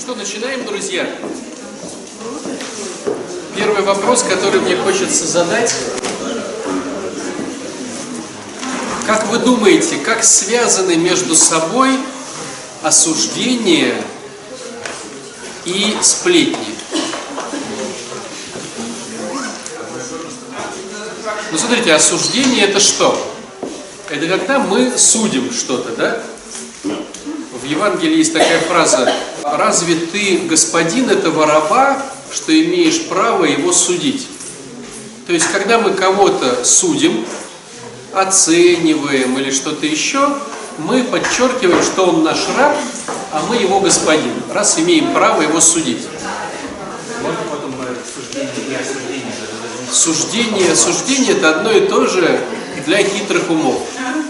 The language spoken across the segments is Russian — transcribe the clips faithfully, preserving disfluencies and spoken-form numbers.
что, начинаем, друзья? Первый вопрос, который мне хочется задать. Как вы думаете, как связаны между собой осуждение и сплетни? Ну, смотрите, осуждение это что? Это когда мы судим что-то, да? В Евангелии есть такая фраза: «Разве ты, господин этого раба, что имеешь право его судить?» То есть, когда мы кого-то судим, оцениваем или что-то еще, мы подчеркиваем, что он наш раб, а мы его господин, раз имеем право его судить. Можно потом суждение и осуждение? Суждение и осуждение – это одно и то же для хитрых умов.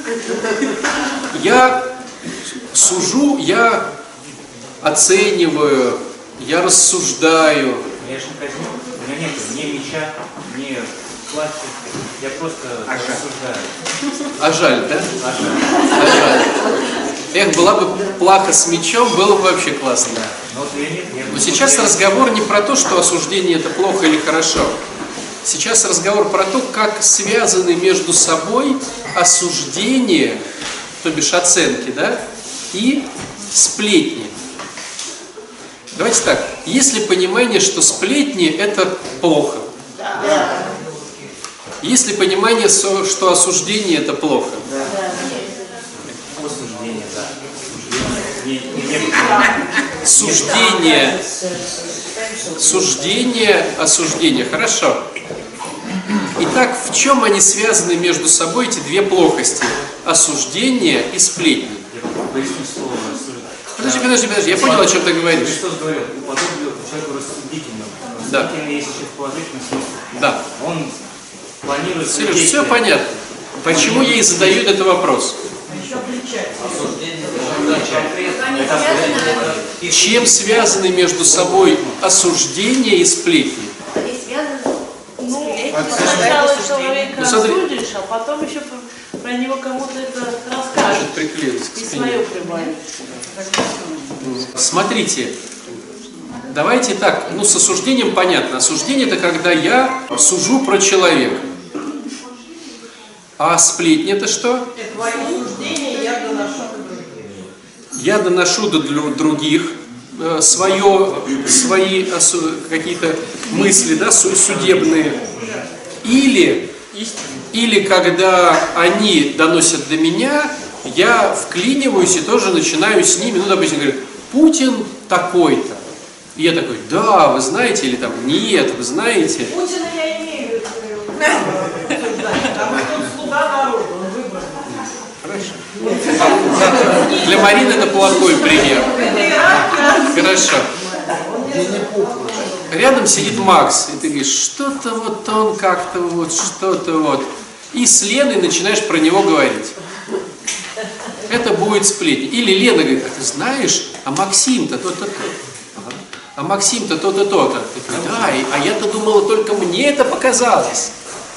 Я сужу, я оцениваю, я рассуждаю. Я же не казню, у меня нет ни меча, ни власти, я просто рассуждаю. А жаль, да? А жаль. А жаль. Эх, была бы плаха с мечом, было бы вообще классно. Но, вот я нет, я Но сейчас разговор не про то, что осуждение это плохо или хорошо. Сейчас разговор про то, как связаны между собой осуждение, то бишь оценки, да, и сплетни. Давайте так, есть ли понимание, что сплетни это плохо? Да. Есть ли понимание, что осуждение это плохо? Да. осуждение, да. Не, не, не, Суждение, суждение, осуждение. Хорошо. Итак, в чем они связаны между собой, эти две плохости? Осуждение и сплетни. поясню слово рассуждать. Подожди, подожди, подожди, я понял, о чем ты говоришь. Христос говорил, уподоблю человеку рассудительному. Да. Рассудительный есть еще в положительном смысле. Да. Он планирует... Сереж, все понятно. Почему я и задаю этот вопрос? Чем связаны между собой осуждение и сплетни? Ну, сначала человека Ну, смотри. осудишь, а потом еще про, про него кому-то это расскажешь. Приклеилось к И спине. свое прибавишь. Смотрите, давайте так, ну с осуждением понятно. Осуждение это когда я сужу про человека. А сплетни это что? Твое суждение я доношу. Я доношу до других э, свое, свои осу- какие-то мысли, да, судебные. Или, или когда они доносят до меня, я вклиниваюсь и тоже начинаю с ними, ну, допустим, говорю, Путин такой-то. И я такой, да, вы знаете, или там, нет, вы знаете. Путина я имею в виду. Потому что он слуга народа, он выбран. Хорошо. Для Марины это плохой пример. Хорошо. Рядом сидит Макс, и ты говоришь, что-то вот он как-то вот, что-то вот. И с Леной начинаешь про него говорить. Это будет сплетни. Или Лена говорит, а ты знаешь, а Максим-то то-то то. Ага. А Максим-то то-то то-то. Ты говоришь, да, и, а я-то думала, только мне это показалось.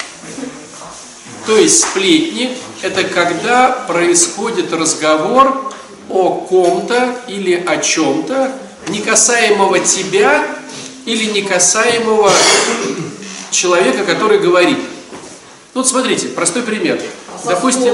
То есть сплетни – это когда происходит разговор о ком-то или о чем-то, не касаемого тебя или не касаемого человека, который говорит. Ну, вот смотрите, простой пример. Допустим,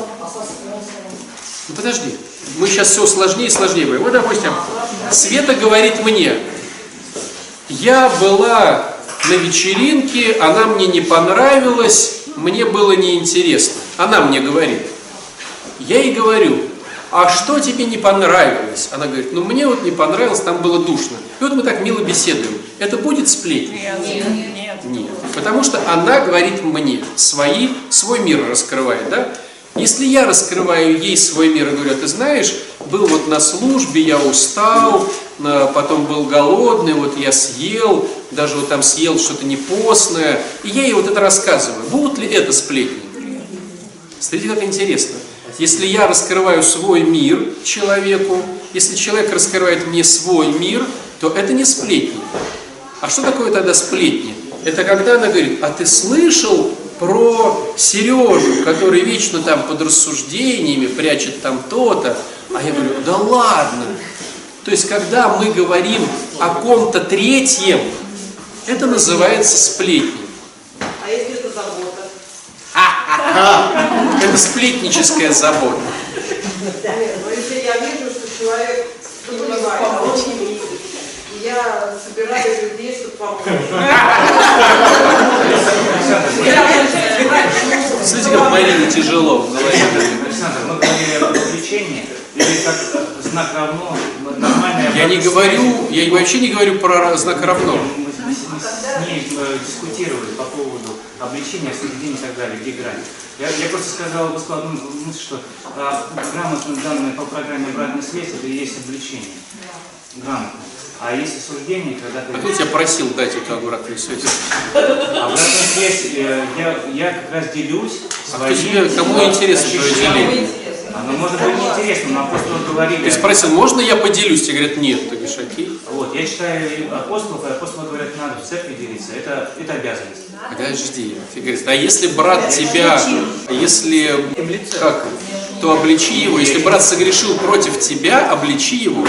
ну, подожди, мы сейчас все сложнее и сложнее говорим. Вот, допустим, Света говорит мне, я была на вечеринке, она мне не понравилась, мне было неинтересно. Она мне говорит. Я ей говорю, а что тебе не понравилось? Она говорит, ну мне вот не понравилось, там было душно. И вот мы так мило беседуем. Это будет сплетня? Нет, нет. Нет. Потому что она говорит мне, свои, свой мир раскрывает, да? Если я раскрываю ей свой мир и говорю, ты знаешь, был вот на службе, я устал, потом был голодный, вот я съел, даже вот там съел что-то непостное, и я ей вот это рассказываю. Будут ли это сплетни? Смотрите, как интересно. Если я раскрываю свой мир человеку, если человек раскрывает мне свой мир, то это не сплетни. А что такое тогда сплетни? Это когда она говорит, а ты слышал про Сережу, который вечно там под рассуждениями прячет там то-то? А я говорю, да ладно. То есть, когда мы говорим о ком-то третьем, это называется сплетни. А если это забота? Это сплетническая забота. Нет, но если я вижу, что человек заболевает, а он не видит, и я собираю людей, чтобы помочь. Смотрите, как Марине тяжело в голове. Александр, мы говорили о лечении, или как знак равно, нормальное... Я не говорю, я вообще не говорю про знак равно. Мы с ней дискутировали по поводу обличения, осуждения и так далее, где грань. Я, я просто сказал бы складную мысль, что а, грамотно данные по программе обратной связи, это и есть обличение. Грамотно. А есть осуждение, когда ты... А кто тебя просил дать эту обратную связь? Обратная связь, э, я, я как раз делюсь своим... А кто тебе, кому интересно твое деление? Оно может быть неинтересно, но апостолы говорили... Ты спросил, можно я поделюсь? Тебе говорят, нет. Ты говоришь, окей. Вот, я читаю апостолов, и апостолы говорят, надо в церкви делиться, это, это обязанность. Подожди. Ты говоришь, а если брат тебя, если как, то обличи его. Если брат согрешил против тебя, обличи его.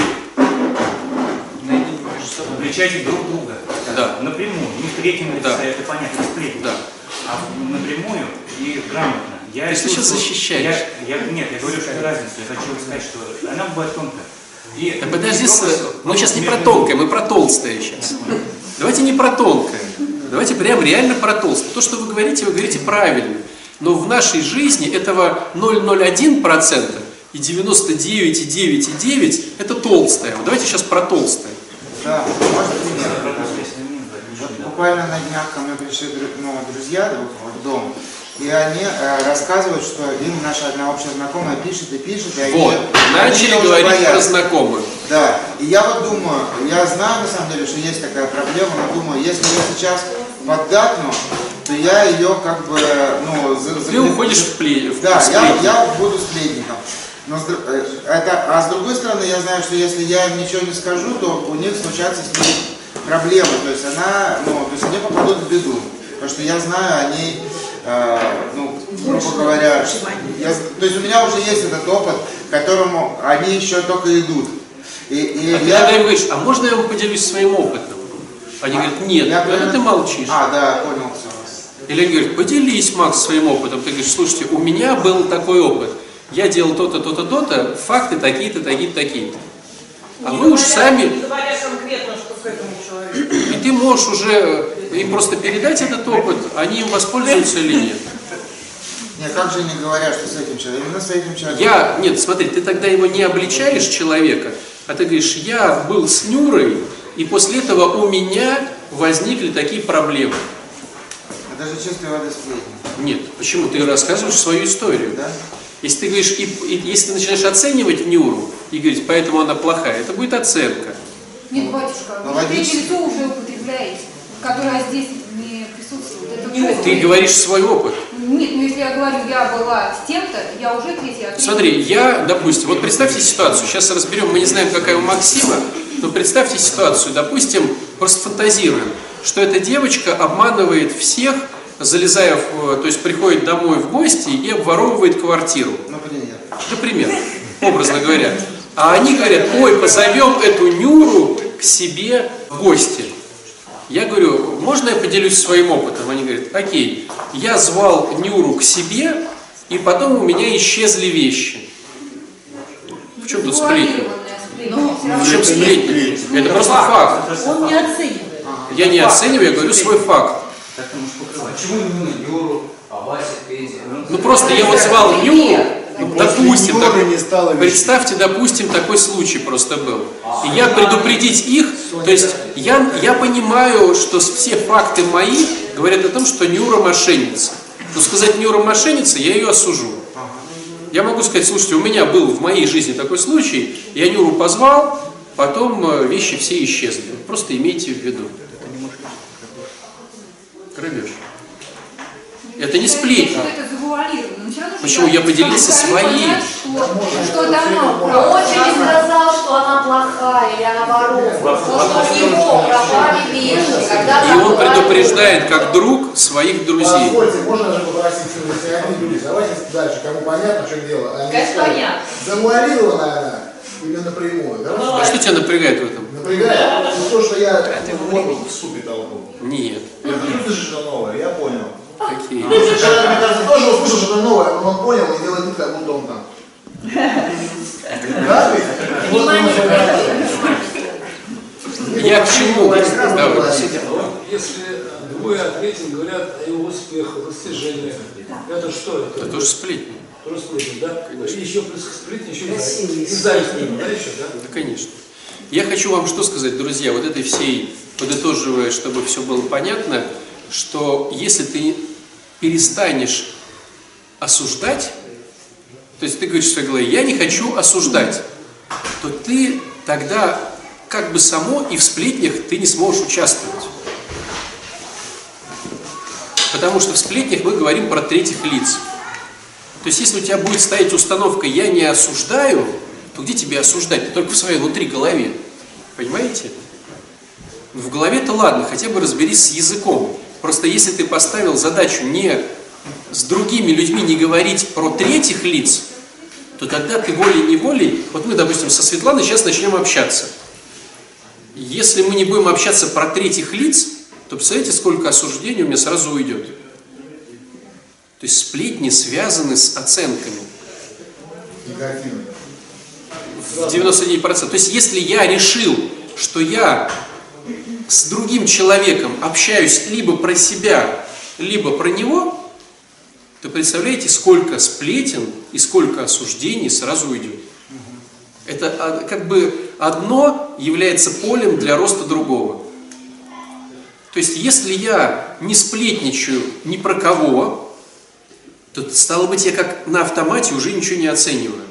Обличайте друг друга. Да. Напрямую, не в третьем лице, Да. это понятно, сплетни. Да. А напрямую и грамотно. Я Ты сейчас чувствую- защищаешь. Я, я, нет, я говорю, что это разница. Я хочу сказать, что она бывает тонкая. И Да подожди, вопрос- мы сейчас не про между- тонкое, мы про толстое сейчас. Давайте не про тонкое. Давайте прям реально про толстое. То, что вы говорите, вы говорите правильно. Но в нашей жизни этого ноль целых ноль один процента и девяносто девять целых девять десятых девять это толстое. Вот давайте сейчас про толстое. Да, можно пример? Обратная связь не имеет, да, Вот да. буквально на днях ко мне пришли дру- ну, друзья вот, в дом, и они э, рассказывают, что им наша одна общая знакомая пишет и пишет, и они, Вот, они начали уже говорить про боятся. знакомых. Да, и я вот думаю, я знаю на самом деле, что есть такая проблема, но думаю, если я сейчас поддакну, то я ее как бы, ну, за, Ты за- уходишь в пле- в Да, я, сплетни. я буду сплетником. Но с, дру- э, это, а с другой стороны, я знаю, что если я им ничего не скажу, то у них случатся с ней проблемы. То есть она, ну, то есть они попадут в беду. Потому что я знаю, они, э, ну, грубо говоря, я, то есть у меня уже есть этот опыт, к которому они еще только идут. И, и А ты я, когда им говоришь, а можно я вам поделюсь своим опытом? Они говорят, нет, я тогда прям- ты молчишь. А, да, понял все. Или они говорят, поделись, Макс, своим опытом. Ты говоришь, слушайте, у меня был такой опыт. Я делал то-то, то-то, то-то, факты такие-то, такие-то, такие-то. А Не вы уж говоря- сами, не говоря конкретно, что к этому человеку. и ты можешь уже им просто передать этот опыт, они им воспользуются или нет. Нет, как же не говорят, что с этим человеком, именно с этим человеком. Я, нет, смотри, ты тогда его не обличаешь, человека, а ты говоришь, я был с Нюрой, и после этого у меня возникли такие проблемы. Это же чистой воды сплетни, Нет, почему? Ты рассказываешь свою историю. да? Если ты говоришь, и, и если ты начинаешь оценивать Нюру и говорить, поэтому она плохая, это будет оценка. Нет, батюшка, Ну, вы третье логично. лицо уже употребляете, которое здесь не присутствует. Это Ты чувство. говоришь свой опыт. Нет, ну если я говорю, я была с тем-то, я уже третья. а третья- Смотри, я, допустим, вот представьте ситуацию, сейчас разберем, мы не знаем, какая у Максима, но представьте ситуацию, допустим, просто фантазируем, что эта девочка обманывает всех, залезая, в, то есть приходит домой в гости и обворовывает квартиру. Например. Например, образно говоря. А они говорят, ой, позовем эту Нюру к себе в гости. Я говорю, можно я поделюсь своим опытом? Они говорят, окей, я звал Нюру к себе, и потом у меня исчезли вещи. В чем тут сплетня? Завуалированная сплетня. В чем сплетня? Это просто факт. Он не оценивает. Я не оцениваю, я говорю свой факт. Так ты можешь покрывать. Почему именно Юру, а Вася, Петя? Ну просто я вот звал Нюру, ну, допустим, Нюры так- не стало вещей. представьте, допустим, такой случай просто был. И я предупредить их, то есть я, я понимаю, что все факты мои говорят о том, что Нюра мошенница. Но сказать Нюра мошенница, я ее осужу. Я могу сказать, слушайте, у меня был в моей жизни такой случай, я Нюру позвал, потом э, вещи все исчезли. Просто имейте в виду. Грабеж. Это не сплетня. Что это завуалировано. Но всё равно, что Почему? Я поделился хочу своим. понять, Что, что давно А он же не сказал, что она плохая или она воровка. Потому что у него пропали вещи. Когда И там он была- предупреждает как друг своих друзей. Позвольте, можно же попросить, если одни люди, давайте дальше, кому понятно, в чем дело. А не Конечно, спорить. понятно. Завуалированная она. или напрямую, да? А что тебя напрягает в этом? Напрягает? Ну, то, что я вот в супе толкнул. Нет. Я слышишь, что новое, я понял. Какие? Человек, мне кажется, тоже услышал что-то новое, но он понял и делает вид, как будто он там. Да, Я к чему? Если двое ответим, говорят о его успехах, достижениях, это что? Это тоже сплетни. Тоже сплетни, да? Конечно. И еще плюс к сплетни, еще и зависть, да, еще, да? Да, конечно. Я хочу вам что сказать, друзья, вот этой всей, подытоживая, чтобы все было понятно, что если ты перестанешь осуждать, то есть ты говоришь в своей голове, я не хочу осуждать, то ты тогда как бы само и в сплетнях ты не сможешь участвовать. Потому что в сплетнях мы говорим про третьих лиц. То есть если у тебя будет стоять установка «я не осуждаю», то где тебе осуждать? Ты только в своей внутри голове. Понимаете? В голове-то ладно, хотя бы разберись с языком. Просто если ты поставил задачу не с другими людьми не говорить про третьих лиц, то тогда ты волей-неволей, вот мы, допустим, со Светланой сейчас начнем общаться. Если мы не будем общаться про третьих лиц, то представляете, сколько осуждений у меня сразу уйдет. То есть сплетни связаны с оценками. негативно. В девяносто девять процентов. То есть если я решил, что я с другим человеком общаюсь либо про себя, либо про него, то представляете, сколько сплетен и сколько осуждений сразу уйдет. Это как бы одно является полем для роста другого. То есть если я не сплетничаю ни про кого, то стало быть, я как на автомате уже ничего не оцениваю.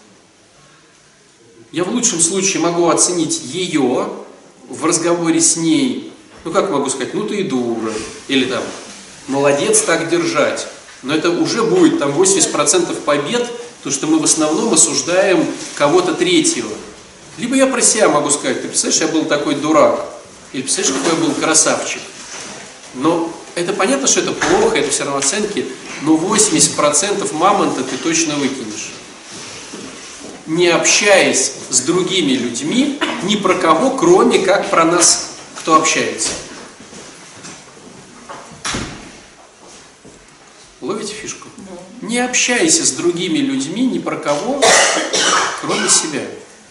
Я в лучшем случае могу оценить ее в разговоре с ней. Ну как могу сказать, ну ты и дура. Или там, молодец так держать. Но это уже будет там восемьдесят процентов побед, потому что мы в основном осуждаем кого-то третьего. Либо я про себя могу сказать, ты представляешь, я был такой дурак. Или представляешь, какой я был красавчик. Но это понятно, что это плохо, это все равно оценки, но восемьдесят процентов мамонта ты точно выкинешь. Не общаясь с другими людьми, ни про кого, кроме как про нас, кто общается. Ловите фишку? Не общайся с другими людьми, ни про кого, кроме себя.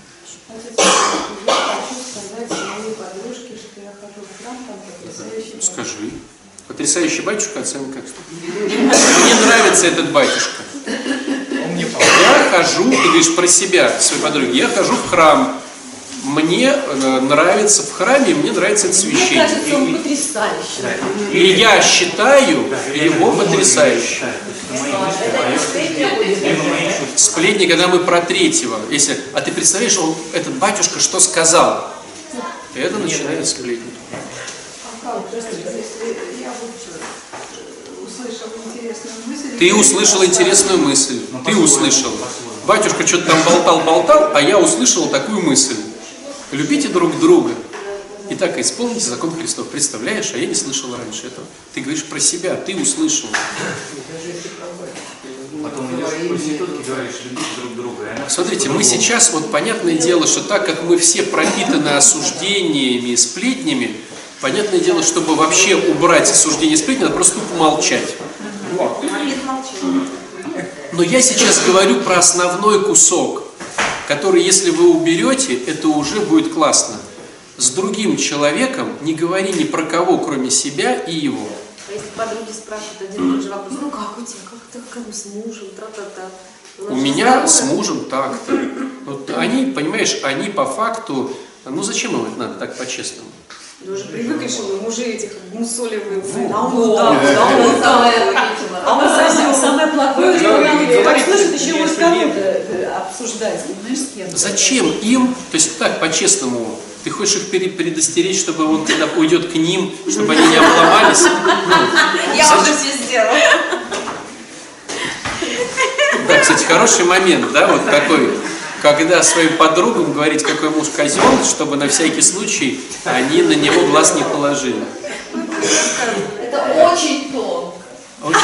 Скажи. Потрясающий батюшка, оценка. Мне нравится этот батюшка. Я хожу, ты говоришь про себя, своей подруге, я хожу в храм. Мне нравится в храме, мне нравится это священник. Мне кажется, он потрясающий. И я считаю его потрясающим. Сплетни, когда мы про третьего. Если, а ты представляешь, он, этот батюшка что сказал? Это начинает сплетни. Ты услышал интересную мысль. Ты услышал. Батюшка что-то там болтал-болтал, а я услышал такую мысль. Любите друг друга. И так исполните закон Христов. Представляешь, а я не слышал раньше этого. Ты говоришь про себя, ты услышал. Потом идешь в проститутке и говоришь, любите друг друга. Смотрите, мы сейчас, вот понятное дело, что так как мы все пропитаны осуждениями и сплетнями, понятное дело, чтобы вообще убрать осуждение и сплетни, надо просто тупо молчать. Но я сейчас говорю про основной кусок, который, если вы уберете, это уже будет классно. С другим человеком не говори ни про кого, кроме себя и его. А если подруги спрашивают один и тот же вопрос, ну как у тебя, как ты, как с мужем, тра-та-та. У меня с мужем так-то. Вот они, понимаешь, они по факту, ну зачем им это надо так по-честному? Ты уже привыкли, что мужи этих мусоливые. А он совсем самое плохое, как слышит, еще может кого-то обсуждать, знаешь, с кем. Зачем им, то есть так по-честному, ты хочешь их предостеречь, чтобы он когда уйдет к ним, чтобы они не обломались? Я уже все сделала. Да, кстати, хороший момент, да, вот такой, когда своим подругам говорить, какой муж козел, чтобы на всякий случай они на него глаз не положили. Это очень тонко. Очень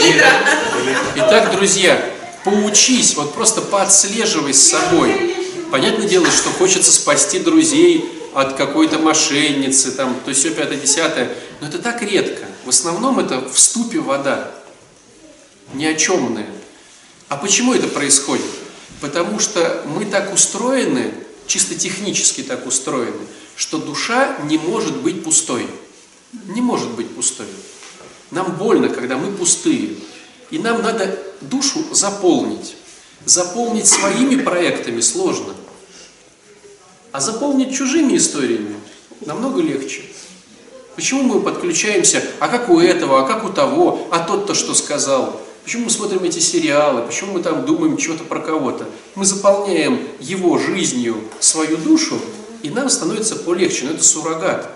тонко. Итак, друзья, поучись, вот просто поотслеживай с собой. Понятное дело, что хочется спасти друзей от какой-то мошенницы, там, то все пятое, десятое. Но это так редко. В основном это в ступе вода. Ни о чемная. А почему это происходит? Потому что мы так устроены, чисто технически так устроены, что душа не может быть пустой. Не может быть пустой. Нам больно, когда мы пустые. И нам надо душу заполнить. Заполнить своими проектами сложно. А заполнить чужими историями намного легче. Почему мы подключаемся, а как у этого, а как у того, а тот-то что сказал? Почему мы смотрим эти сериалы, почему мы там думаем что-то про кого-то? Мы заполняем его жизнью свою душу, и нам становится полегче, но это суррогат.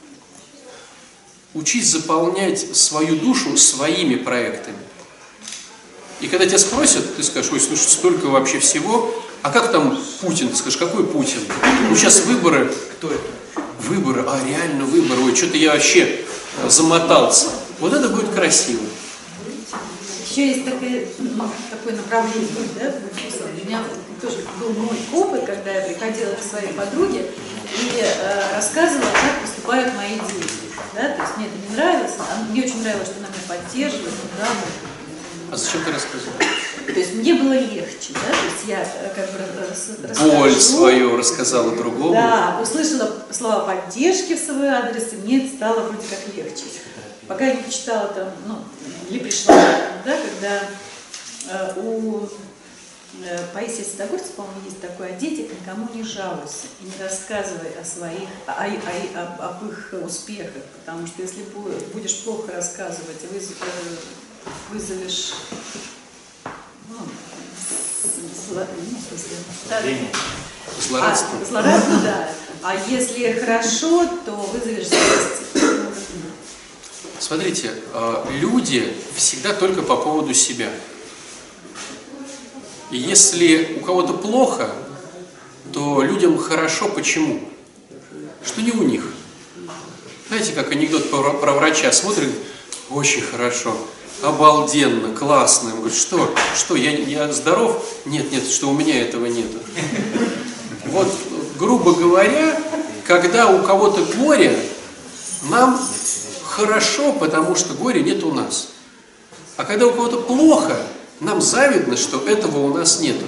Учись заполнять свою душу своими проектами. И когда тебя спросят, ты скажешь: ой, слушай, столько вообще всего, а как там Путин? Ты скажешь: какой Путин? Ну сейчас выборы. Кто это? Выборы, а реально выборы, ой, что-то я вообще замотался. Вот это будет красиво. Еще есть такое, ну, такое направление, да, у меня тоже был мой опыт, когда я приходила к своей подруге и э, рассказывала, как поступают мои дети. Да? То есть мне это не нравилось, а мне очень нравилось, что она меня поддерживает. Да, а зачем ты рассказывала? То есть мне было легче, да, то есть я как бы рассказывала. Боль свою рассказала другому. Да, услышала слова поддержки в свой адрес, и мне стало вроде как легче. Пока я не почитала там, ну, или пришла, да, когда э, у э, Паисия Святогорца, по-моему, есть такой: о детях никому не жалуйся и не рассказывай о своих, о, о, о, об их успехах, потому что если будешь плохо рассказывать, выз, э, вызовешь, ну, зло, ну, в смысле, злорадство. А, злорадство, да. А если хорошо, то вызовешь зависть. Смотрите, люди всегда только по поводу себя. И если у кого-то плохо, то людям хорошо. Почему? Что не у них. Знаете, как анекдот про, про врача смотрит: очень хорошо, обалденно, классно. Он говорит: что? Что, я, я здоров? Нет, нет, что у меня этого нету. Вот, грубо говоря, когда у кого-то горе, нам хорошо, потому что горя нет у нас. А когда у кого-то плохо, нам завидно, что этого у нас нету.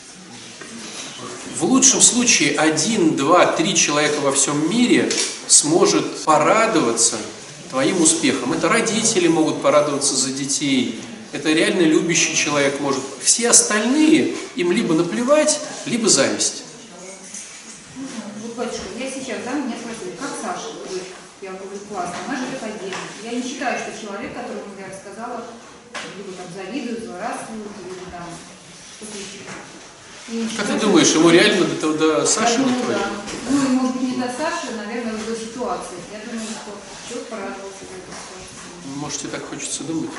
В лучшем случае один, два, три человека во всем мире сможет порадоваться твоим успехом. Это родители могут порадоваться за детей, это реально любящий человек может. Все остальные, им либо наплевать, либо зависть. Вот, батюшка, я сейчас, да, меня спросили, как Саша, дочка? Я говорю: классно, она живет отдельно. Я не считаю, что человек, которому я рассказала, либо там завидует, злорадствует, либо там что-то еще. Как ты думаешь, ему реально до, до Саши не твоей? Да. Ну, и может быть не до Саши, наверное, до ситуации. Я думаю, что человек порадовался в этой ситуации. Можете так хочется думать.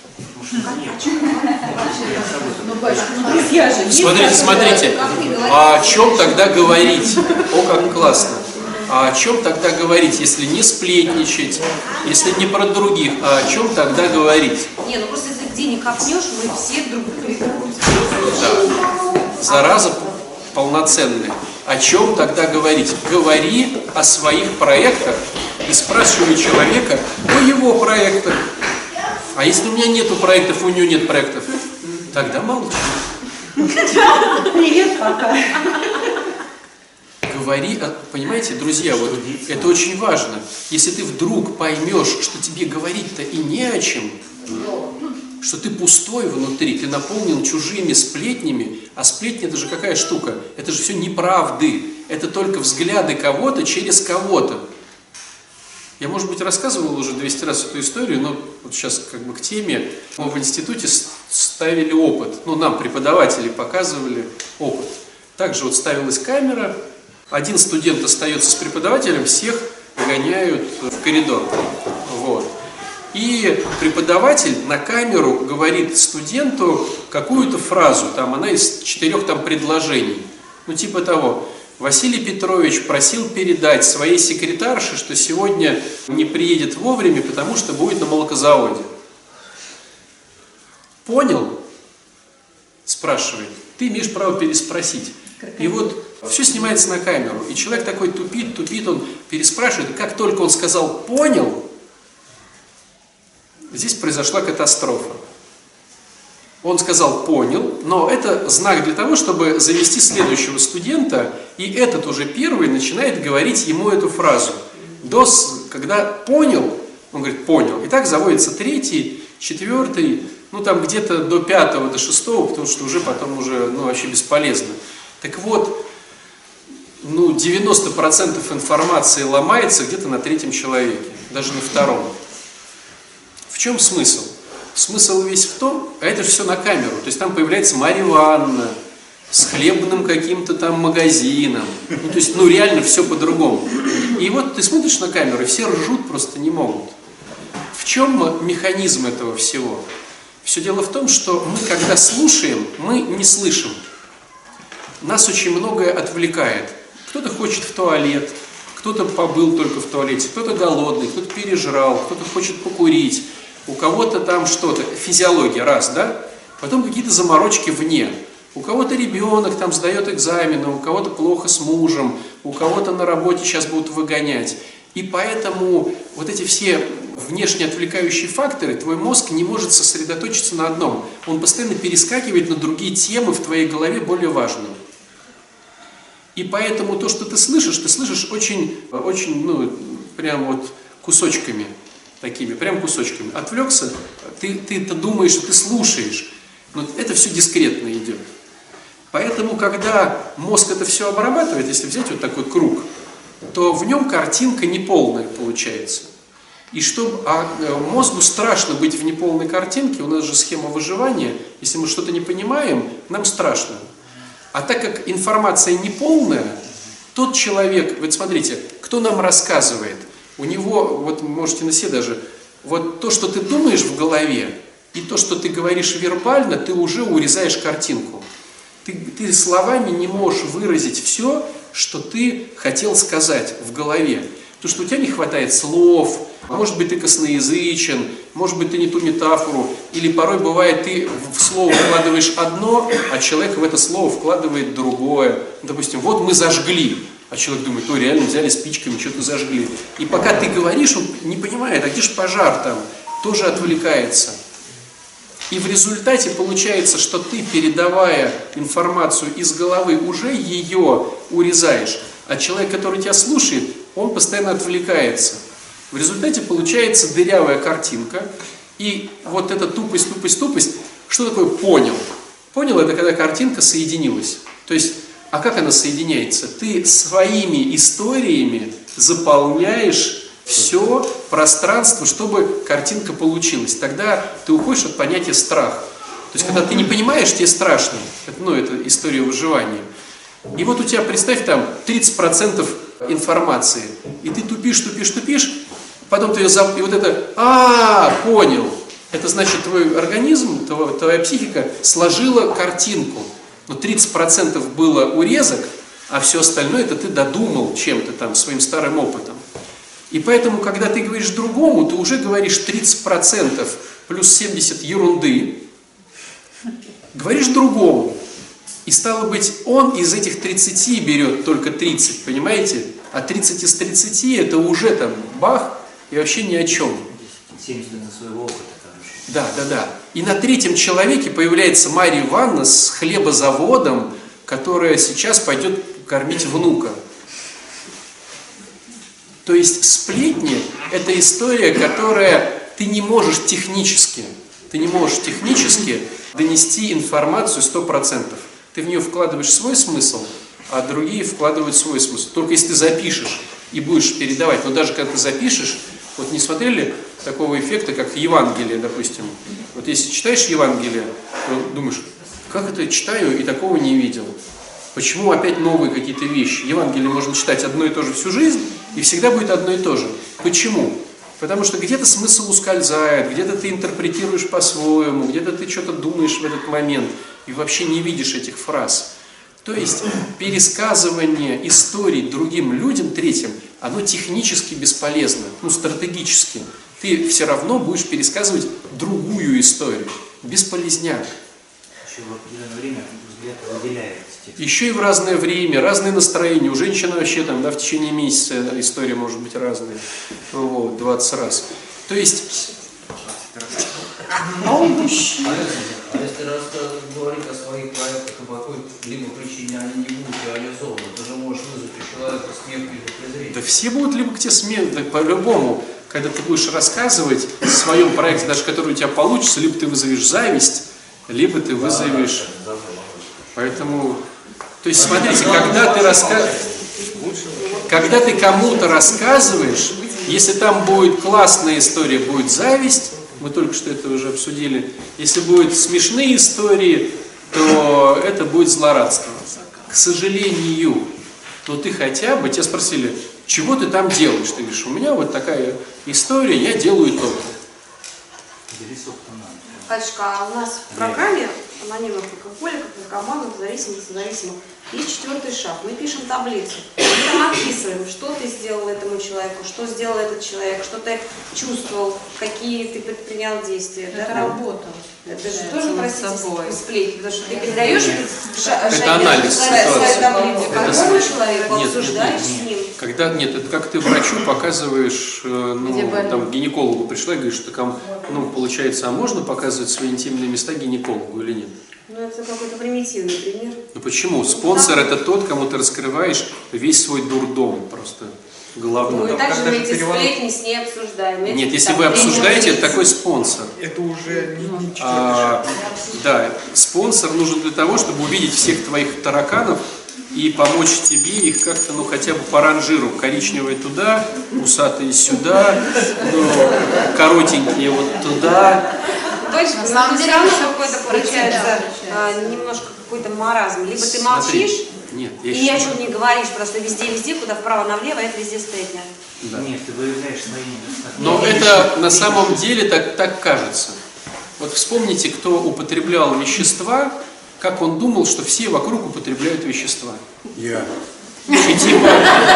Смотрите, смотрите, а о чем тогда говорить? О, как классно. А о чем тогда говорить, если не сплетничать, если не про других, а о чем тогда говорить? Не, ну просто если денег копнешь, мы все друг друга. Да. Зараза полноценная. О чем тогда говорить? Говори о своих проектах и спрашивай человека о его проектах. А если у меня нету проектов, у него нет проектов, тогда молчи. Привет, пока. Говори, понимаете, друзья, вот это очень важно. Если ты вдруг поймешь, что тебе говорить-то и не о чем, что ты пустой внутри, ты наполнен чужими сплетнями, а сплетни — это же какая штука? Это же все неправды, это только взгляды кого-то через кого-то. Я, может быть, рассказывал уже двести раз эту историю, но вот сейчас как бы к теме. Мы в институте ставили опыт, ну, нам преподаватели показывали опыт. Также вот ставилась камера, один студент остается с преподавателем, всех гоняют в коридор. Вот. И преподаватель на камеру говорит студенту какую-то фразу, там она из четырех там предложений. Ну, типа того: Василий Петрович просил передать своей секретарше, что сегодня не приедет вовремя, потому что будет на молокозаводе. Понял? Спрашивает. Ты имеешь право переспросить. И вот Все снимается на камеру, и человек такой тупит, тупит, он переспрашивает, и как только он сказал «понял», здесь произошла катастрофа. Он сказал «понял», но это знак для того, чтобы завести следующего студента, и этот уже первый начинает говорить ему эту фразу. До, когда «понял», он говорит «понял», и так заводится третий, четвертый, ну там где-то до пятого, до шестого, потому что уже потом уже, ну, вообще бесполезно. Так вот, ну, девяносто процентов информации ломается где-то на третьем человеке, даже на втором. В чем смысл? Смысл весь в том, а это же все на камеру, то есть там появляется Марья Ивановна с хлебным каким-то там магазином, ну, то есть, ну, реально все по-другому. И вот ты смотришь на камеру, и все ржут, просто не могут. В чем механизм этого всего? Все дело в том, что мы, когда слушаем, мы не слышим. Нас очень многое отвлекает. Кто-то хочет в туалет, кто-то побыл только в туалете, кто-то голодный, кто-то пережрал, кто-то хочет покурить, у кого-то там что-то, физиология, раз, да? Потом какие-то заморочки вне. У кого-то ребенок там сдает экзамены, у кого-то плохо с мужем, у кого-то на работе сейчас будут выгонять. И поэтому вот эти все внешне отвлекающие факторы, твой мозг не может сосредоточиться на одном. Он постоянно перескакивает на другие темы в твоей голове более важные. И поэтому то, что ты слышишь, ты слышишь очень, очень, ну, прям вот кусочками такими, прям кусочками. Отвлекся, ты, ты-то думаешь, что ты слушаешь, но это все дискретно идет. Поэтому, когда мозг это все обрабатывает, если взять вот такой круг, то в нем картинка неполная получается. И чтобы, а мозгу страшно быть в неполной картинке, у нас же схема выживания, если мы что-то не понимаем, нам страшно. А так как информация неполная, тот человек, вот смотрите, кто нам рассказывает, у него, вот можете на себе даже, вот то, что ты думаешь в голове, и то, что ты говоришь вербально, ты уже урезаешь картинку. Ты, ты словами не можешь выразить все, что ты хотел сказать в голове. Потому что у тебя не хватает слов, может быть, ты косноязычен, может быть, ты не ту метафору, или порой бывает, ты в слово вкладываешь одно, а человек в это слово вкладывает другое. Допустим, вот мы зажгли, а человек думает, то реально взяли спичками, что-то зажгли. И пока ты говоришь, он не понимает, а где же пожар там, тоже отвлекается. И в результате получается, что ты, передавая информацию из головы, уже ее урезаешь, а человек, который тебя слушает, он постоянно отвлекается. В результате получается дырявая картинка, и вот эта тупость, тупость, тупость, что такое понял? Понял — это когда картинка соединилась. То есть, а как она соединяется? Ты своими историями заполняешь все пространство, чтобы картинка получилась. Тогда ты уходишь от понятия страх. То есть, когда ты не понимаешь, тебе страшно. Это, ну, это история выживания. И вот у тебя, представь, там тридцать процентов информации, и ты тупишь, тупишь, тупишь, потом ты ее зап... и вот это «а, понял», это значит, твой организм, твоя психика сложила картинку. Но тридцать процентов было урезок, а все остальное это ты додумал чем-то там, своим старым опытом. И поэтому, когда ты говоришь другому, ты уже говоришь тридцать процентов плюс семьдесят ерунды, говоришь другому. И стало быть, он из этих тридцати берет только тридцать, понимаете? А тридцать из тридцати это уже там бах и вообще ни о чем. семьдесят на своего опыта. Да, да, да. И на третьем человеке появляется Марья Ивановна с хлебозаводом, которая сейчас пойдет кормить внука. То есть сплетни – это история, которая ты не можешь технически, ты не можешь технически донести информацию сто процентов. Ты в нее вкладываешь свой смысл, а другие вкладывают свой смысл. Только если ты запишешь и будешь передавать. Но даже когда ты запишешь, вот не смотрели такого эффекта, как Евангелие, допустим. Вот если читаешь Евангелие, то думаешь, как это я читаю и такого не видел. Почему опять новые какие-то вещи? Евангелие можно читать одно и то же всю жизнь, и всегда будет одно и то же. Почему? Потому что где-то смысл ускользает, где-то ты интерпретируешь по-своему, где-то ты что-то думаешь в этот момент и вообще не видишь этих фраз. То есть пересказывание историй другим людям, третьим, оно технически бесполезно, ну стратегически. Ты все равно будешь пересказывать другую историю. Бесполезняк. еще в определенное время взгляд выделяет текст. Еще и в разное время, разные настроения. У женщины вообще там, да, в течение месяца история может быть разная. Вот, двадцать раз. То есть... А он мужчина. А если говорить о своих проектах, по какой либо причине они не будут реализованы, ты же можешь вызвать у человека смех либо презрение. Да все будут либо к тебе смех, да по-любому. Когда ты будешь рассказывать о своем проекте, даже который у тебя получится, либо ты вызовешь зависть, либо ты вызовешь... Поэтому... То есть, смотрите, когда ты рассказываешь... Когда ты кому-то рассказываешь, если там будет классная история, будет зависть, мы только что это уже обсудили, если будут смешные истории, то это будет злорадство. К сожалению, то ты хотя бы, тебя спросили, чего ты там делаешь? Ты говоришь, у меня вот такая история, я делаю то-то. Катюшка, а у нас в программе анонимных алкоголиков, наркоманов, зависимых, созависимых есть четвертый шаг. Мы пишем таблицу. Мы там описываем, что ты сделал этому человеку, что сделал этот человек, что ты чувствовал, какие ты предпринял действия. Это да? работа. Это же тоже, простите, сплетни, потому что ты передаешь шаги Это анализ ситуации. таблицу какому человеку, нет, обсуждаешь нет, нет. с ним. Когда, нет, это как ты врачу показываешь, ну, там, гинекологу пришла и говоришь, что там, ну, получается, а можно показывать свои интимные места гинекологу или нет? Ну, это какой-то примитивный пример. Ну почему? Спонсор это тот, кому ты раскрываешь весь свой дурдом просто головной. Ну и также мы эти сплетни с ней обсуждаем. Нет, если вы обсуждаете, это такой спонсор. Это уже не, не четвертый а, шаг. Да, спонсор нужен для того, чтобы увидеть всех твоих тараканов и помочь тебе их как-то, ну, хотя бы по ранжиру. Коричневые туда, усатые сюда, ну, коротенькие вот туда. Точно, на самом деле какой-то получается а, немножко какой-то маразм. Либо ты молчишь, Смотри, нет, я и ни о считаю... чем не говоришь, просто везде-везде, куда вправо-налево, это везде сплетня. Да. Нет, ты выявляешь свои недостатки. Но это на самом деле так, так кажется. Вот вспомните, кто употреблял вещества, как он думал, что все вокруг употребляют вещества. Я. И типа,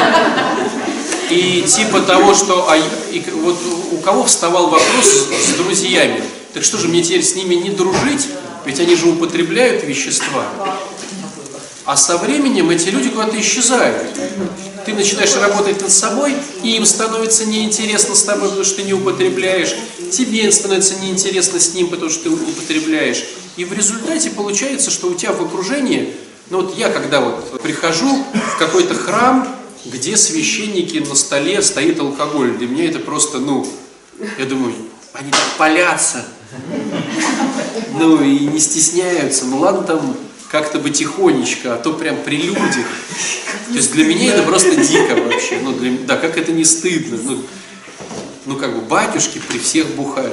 и типа того, что а, и, вот у кого вставал вопрос с друзьями, так что же мне теперь с ними не дружить, ведь они же употребляют вещества. А со временем эти люди куда-то исчезают. Ты начинаешь работать над собой, и им становится неинтересно с тобой, потому что ты не употребляешь. Тебе становится неинтересно с ним, потому что ты употребляешь. И в результате получается, что у тебя в окружении, ну вот я когда вот прихожу в какой-то храм, где священники на столе стоит алкоголь, для меня это просто, ну, я думаю, они так палятся, ну и не стесняются, ну ладно там как-то бы тихонечко, а то прям при людях. То есть для меня это просто дико вообще, ну для, да, как это не стыдно, ну, ну как бы батюшки при всех бухали.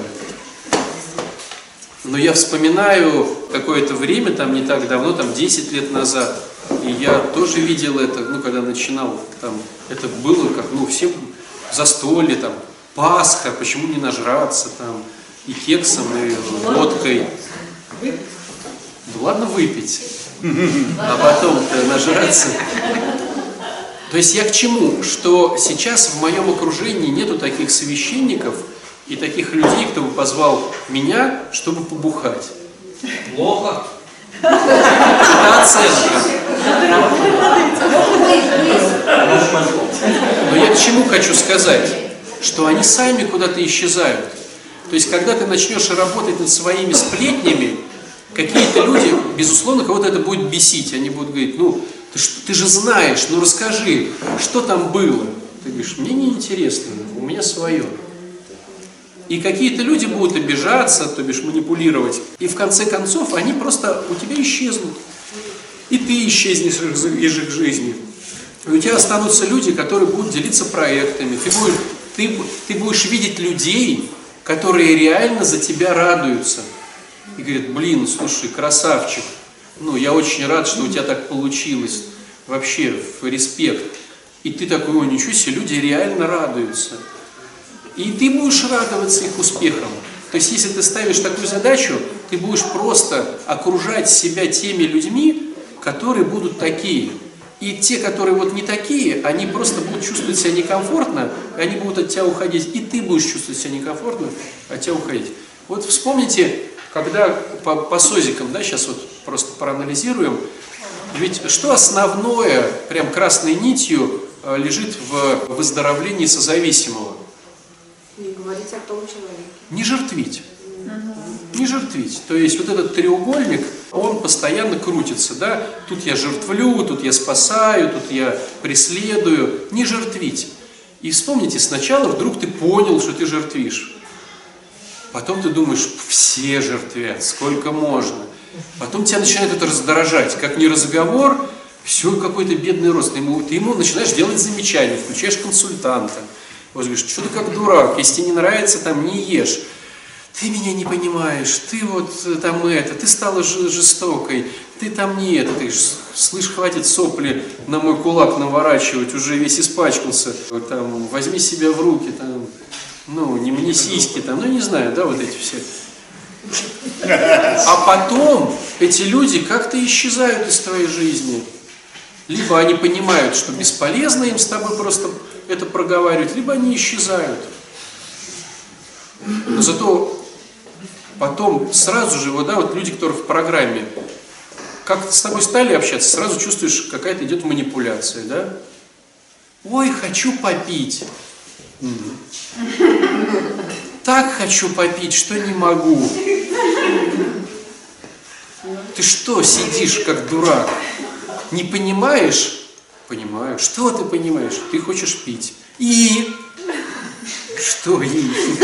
Но я вспоминаю какое-то время, там не так давно, там десять лет назад, и я тоже видел это, ну когда начинал, там, это было как, ну всем застолье, там, Пасха, почему не нажраться, там, и кексом, и водкой. Да ладно выпить, а потом-то нажраться. То есть я к чему? Что сейчас в моем окружении нету таких священников и таких людей, кто бы позвал меня, чтобы побухать. Плохо. Это оценка. Но я к чему хочу сказать? Что они сами куда-то исчезают. То есть когда ты начнешь работать над своими сплетнями, какие-то люди, безусловно, кого-то это будет бесить. Они будут говорить, ну, ты, ты же знаешь, ну расскажи, что там было. Ты говоришь, мне не интересно, у меня свое. И какие-то люди будут обижаться, то бишь манипулировать. И в конце концов они просто у тебя исчезнут. И ты исчезнешь из их жизни. И у тебя останутся люди, которые будут делиться проектами. Ты будешь, ты, ты будешь видеть людей, которые реально за тебя радуются. И говорят, блин, слушай, красавчик, ну я очень рад, что у тебя так получилось. Вообще, респект. И ты такой, о, ничего себе, люди реально радуются. И ты будешь радоваться их успехам. То есть, если ты ставишь такую задачу, ты будешь просто окружать себя теми людьми, которые будут такие. И те, которые вот не такие, они просто будут чувствовать себя некомфортно, и они будут от тебя уходить. И ты будешь чувствовать себя некомфортно, от тебя уходить. Вот вспомните, когда по, по созикам, да, сейчас вот просто проанализируем. Ведь что основное, прям красной нитью, лежит в выздоровлении созависимого? Не говорить о том человеке. Не жертвить. Не жертвить. То есть вот этот треугольник, он постоянно крутится, да? Тут я жертвлю, тут я спасаю, тут я преследую. Не жертвить. И вспомните, сначала вдруг ты понял, что ты жертвишь. Потом ты думаешь, все жертвят, сколько можно. Потом тебя начинает это раздражать. Как не разговор, все какой-то бедный родственник. Ты ему начинаешь делать замечания, включаешь консультанта. Вот говоришь, что ты как дурак, если тебе не нравится, там не ешь. Ты меня не понимаешь, ты вот там это, ты стала жестокой, ты там не это, ты слышь, хватит сопли на мой кулак наворачивать, уже весь испачкался, там, возьми себя в руки, там, ну, не мне сиськи, там, ну, не знаю, да, вот эти все. А потом эти люди как-то исчезают из твоей жизни. Либо они понимают, что бесполезно им с тобой просто это проговаривать, либо они исчезают. Но зато потом сразу же, вот, да, вот люди, которые в программе, как с тобой стали общаться, сразу чувствуешь, какая-то идет манипуляция, да? Ой, хочу попить. Так хочу попить, что не могу. Ты что, сидишь как дурак? Не понимаешь? Понимаю. Что ты понимаешь? Ты хочешь пить. И... Что и?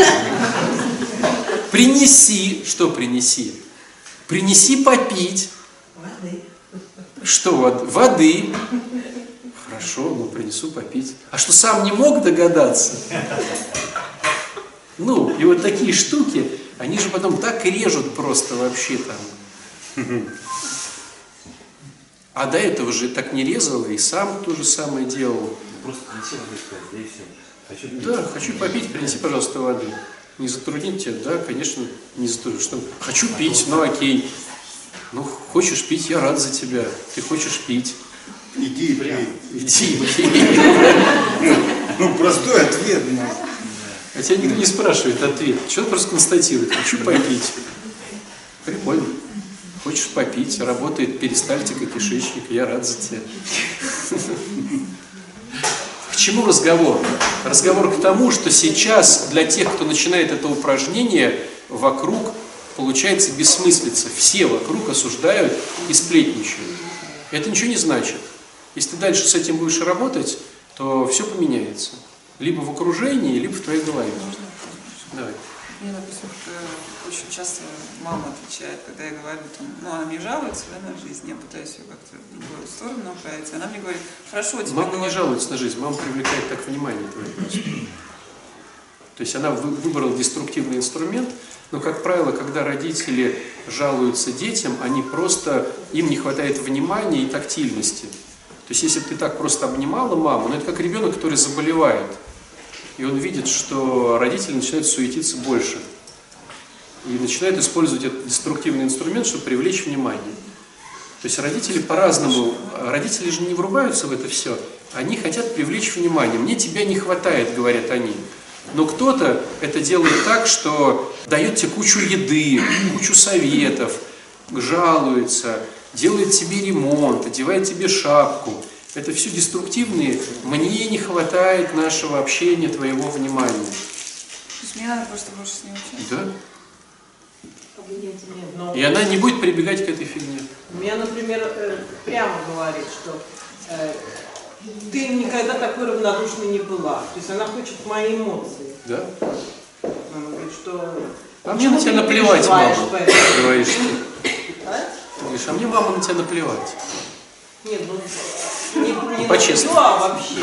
Принеси. Что принеси? Принеси попить. Воды. Что воды? Воды. Хорошо, ну принесу попить. А что, сам не мог догадаться? Ну, и вот такие штуки, они же потом так режут просто вообще там. А до этого же так не резал, и сам то же самое делал. Просто принеси воды, сказать, да и все. Хочу пить. Да, хочу попить, принеси, пожалуйста, воды. Не затруднит тебя? Да, конечно, не затруднит. Что? Хочу пить, ну окей. Ну, хочешь пить, я рад за тебя. Ты хочешь пить. Иди, пей. Иди, пей. Ну, простой ответ. А тебя никто не спрашивает ответ. Что просто констатирует? Хочу попить. Прикольно. Хочешь попить, работает перистальтика кишечника, я рад за тебя. К чему разговор? Разговор к тому, что сейчас для тех, кто начинает это упражнение, вокруг получается бессмыслица. Все вокруг осуждают и сплетничают. Это ничего не значит. Если ты дальше с этим будешь работать, то все поменяется. Либо в окружении, либо в твоей голове. Давай. Мне, допустим, очень часто мама отвечает, когда я говорю, там, ну, она мне жалуется, да, на жизнь, я пытаюсь ее как-то в другую сторону направить, она мне говорит, хорошо, тебе... Мама не жалуется на жизнь, мама привлекает так внимание твое просто. То есть она выбрала деструктивный инструмент, но, как правило, когда родители жалуются детям, они просто, им не хватает внимания и тактильности. То есть если бы ты так просто обнимала маму, ну это как ребенок, который заболевает. И он видит, что родители начинают суетиться больше. И начинают использовать этот деструктивный инструмент, чтобы привлечь внимание. То есть родители по-разному, родители же не врубаются в это все. Они хотят привлечь внимание. Мне тебя не хватает, говорят они. Но кто-то это делает так, что дает тебе кучу еды, кучу советов, жалуется, делает тебе ремонт, одевает тебе шапку. Это все деструктивные. Мне не хватает нашего общения, твоего внимания. То есть мне надо просто больше с ней учиться? Да. Нет, но... И она не будет прибегать к этой фигне. У меня, например, прямо говорит, что э, ты никогда такой равнодушной не была. То есть она хочет мои эмоции. Да. Она говорит, что... А мне на тебя наплевать, мама, говоришь ты. А? Ты говоришь, а мне, мама, на тебя наплевать. Нет, ну... Не, не по-честному. А вообще.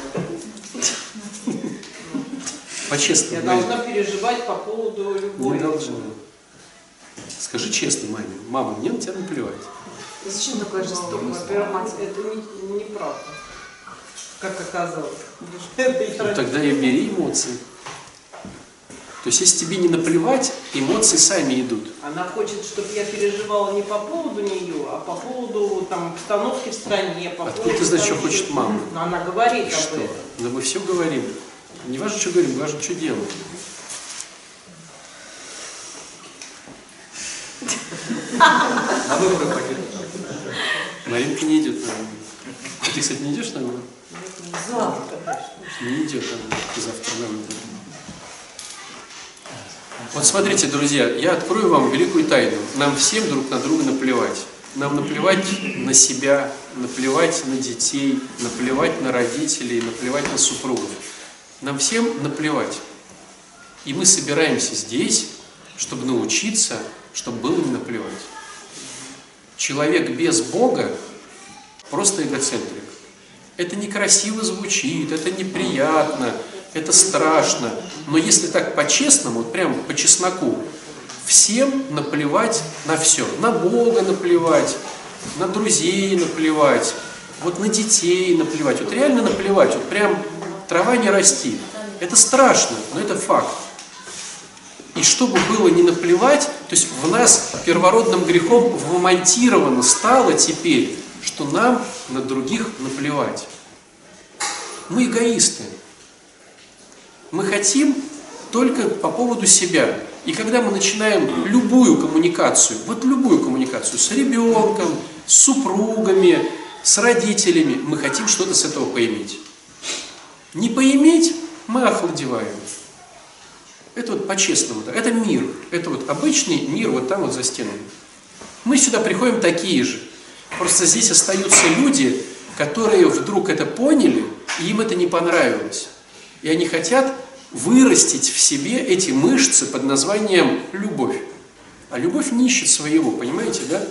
По-честному. Я должна переживать по поводу любой. Не должна. Скажи честно маме, мама, мне на тебя наплевать. Зачем такое жестокое? Это не, неправда. Как оказалось. Ну, тогда и бери эмоции. То есть, если тебе не наплевать, эмоции сами идут. Она хочет, чтобы я переживала не по поводу нее, а по поводу там, обстановки в стране. По Откуда поводу, ты знаешь, там, что хочет мама? Но она говорит об что? этом. Да мы все говорим. Не важно, что говорим, важно, что делаем. На выборы пойдет. Маринка не идет, наверное. Ты, кстати, не идешь на выборы? Завтра. Не идет она завтра на выборы. Вот смотрите, друзья, я открою вам великую тайну. Нам всем друг на друга наплевать. Нам наплевать на себя, наплевать на детей, наплевать на родителей, наплевать на супругов. Нам всем наплевать. И мы собираемся здесь, чтобы научиться, чтобы было не наплевать. Человек без Бога просто эгоцентрик. Это некрасиво звучит, это неприятно, это страшно. Но если так по-честному, вот прям по чесноку, всем наплевать на все. На Бога наплевать, на друзей наплевать, вот на детей наплевать. Вот реально наплевать, вот прям трава не растит. Это страшно, но это факт. И чтобы было не наплевать, то есть в нас первородным грехом вмонтировано стало теперь, что нам на других наплевать. Мы эгоисты. Мы хотим только по поводу себя. И когда мы начинаем любую коммуникацию, вот любую коммуникацию с ребенком, с супругами, с родителями, мы хотим что-то с этого поиметь. Не поиметь, мы охладеваем. Это вот по-честному. Это мир. Это вот обычный мир вот там вот за стенами. Мы сюда приходим такие же. Просто здесь остаются люди, которые вдруг это поняли, и им это не понравилось. И они хотят вырастить в себе эти мышцы под названием любовь. А любовь не ищет своего, понимаете, да?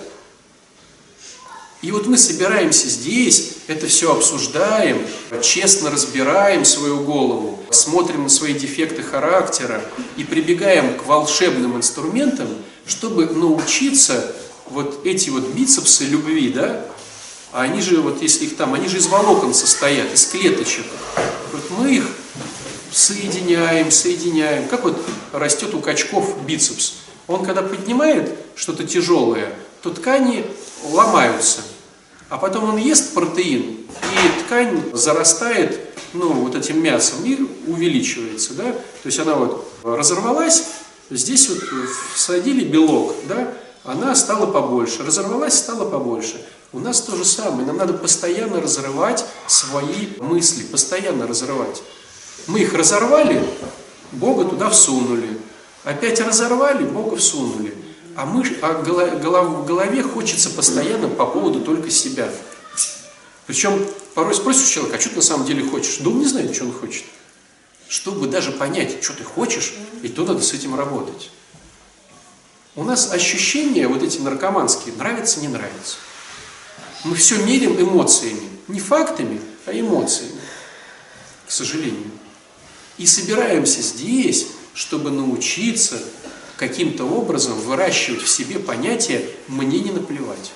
И вот мы собираемся здесь, это все обсуждаем, честно разбираем свою голову, смотрим на свои дефекты характера и прибегаем к волшебным инструментам, чтобы научиться вот эти вот бицепсы любви, да? А они же, вот если их там, они же из волокон состоят, из клеточек. Вот мы их соединяем, соединяем. Как вот растет у качков бицепс. Он когда поднимает что-то тяжелое, то ткани ломаются. А потом он ест протеин, и ткань зарастает, ну, вот этим мясом и увеличивается, да. То есть она вот разорвалась, здесь вот всадили белок, да, она стала побольше. Разорвалась, стала побольше. У нас то же самое. Нам надо постоянно разрывать свои мысли, постоянно разрывать. Мы их разорвали, Бога туда всунули. Опять разорвали, Бога всунули. А, мы, а в голове хочется постоянно по поводу только себя. Причем порой спросишь человека, а что ты на самом деле хочешь? Да он не знает, что он хочет. Чтобы даже понять, что ты хочешь, и то надо с этим работать. У нас ощущения вот эти наркоманские, нравится, не нравится. Мы все меряем эмоциями. Не фактами, а эмоциями. К сожалению. И собираемся здесь, чтобы научиться каким-то образом выращивать в себе понятие «мне не наплевать».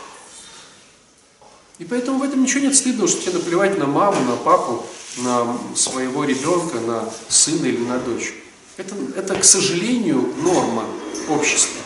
И поэтому в этом ничего нет стыдного, что тебе наплевать на маму, на папу, на своего ребенка, на сына или на дочь. Это, это, к сожалению, норма общества.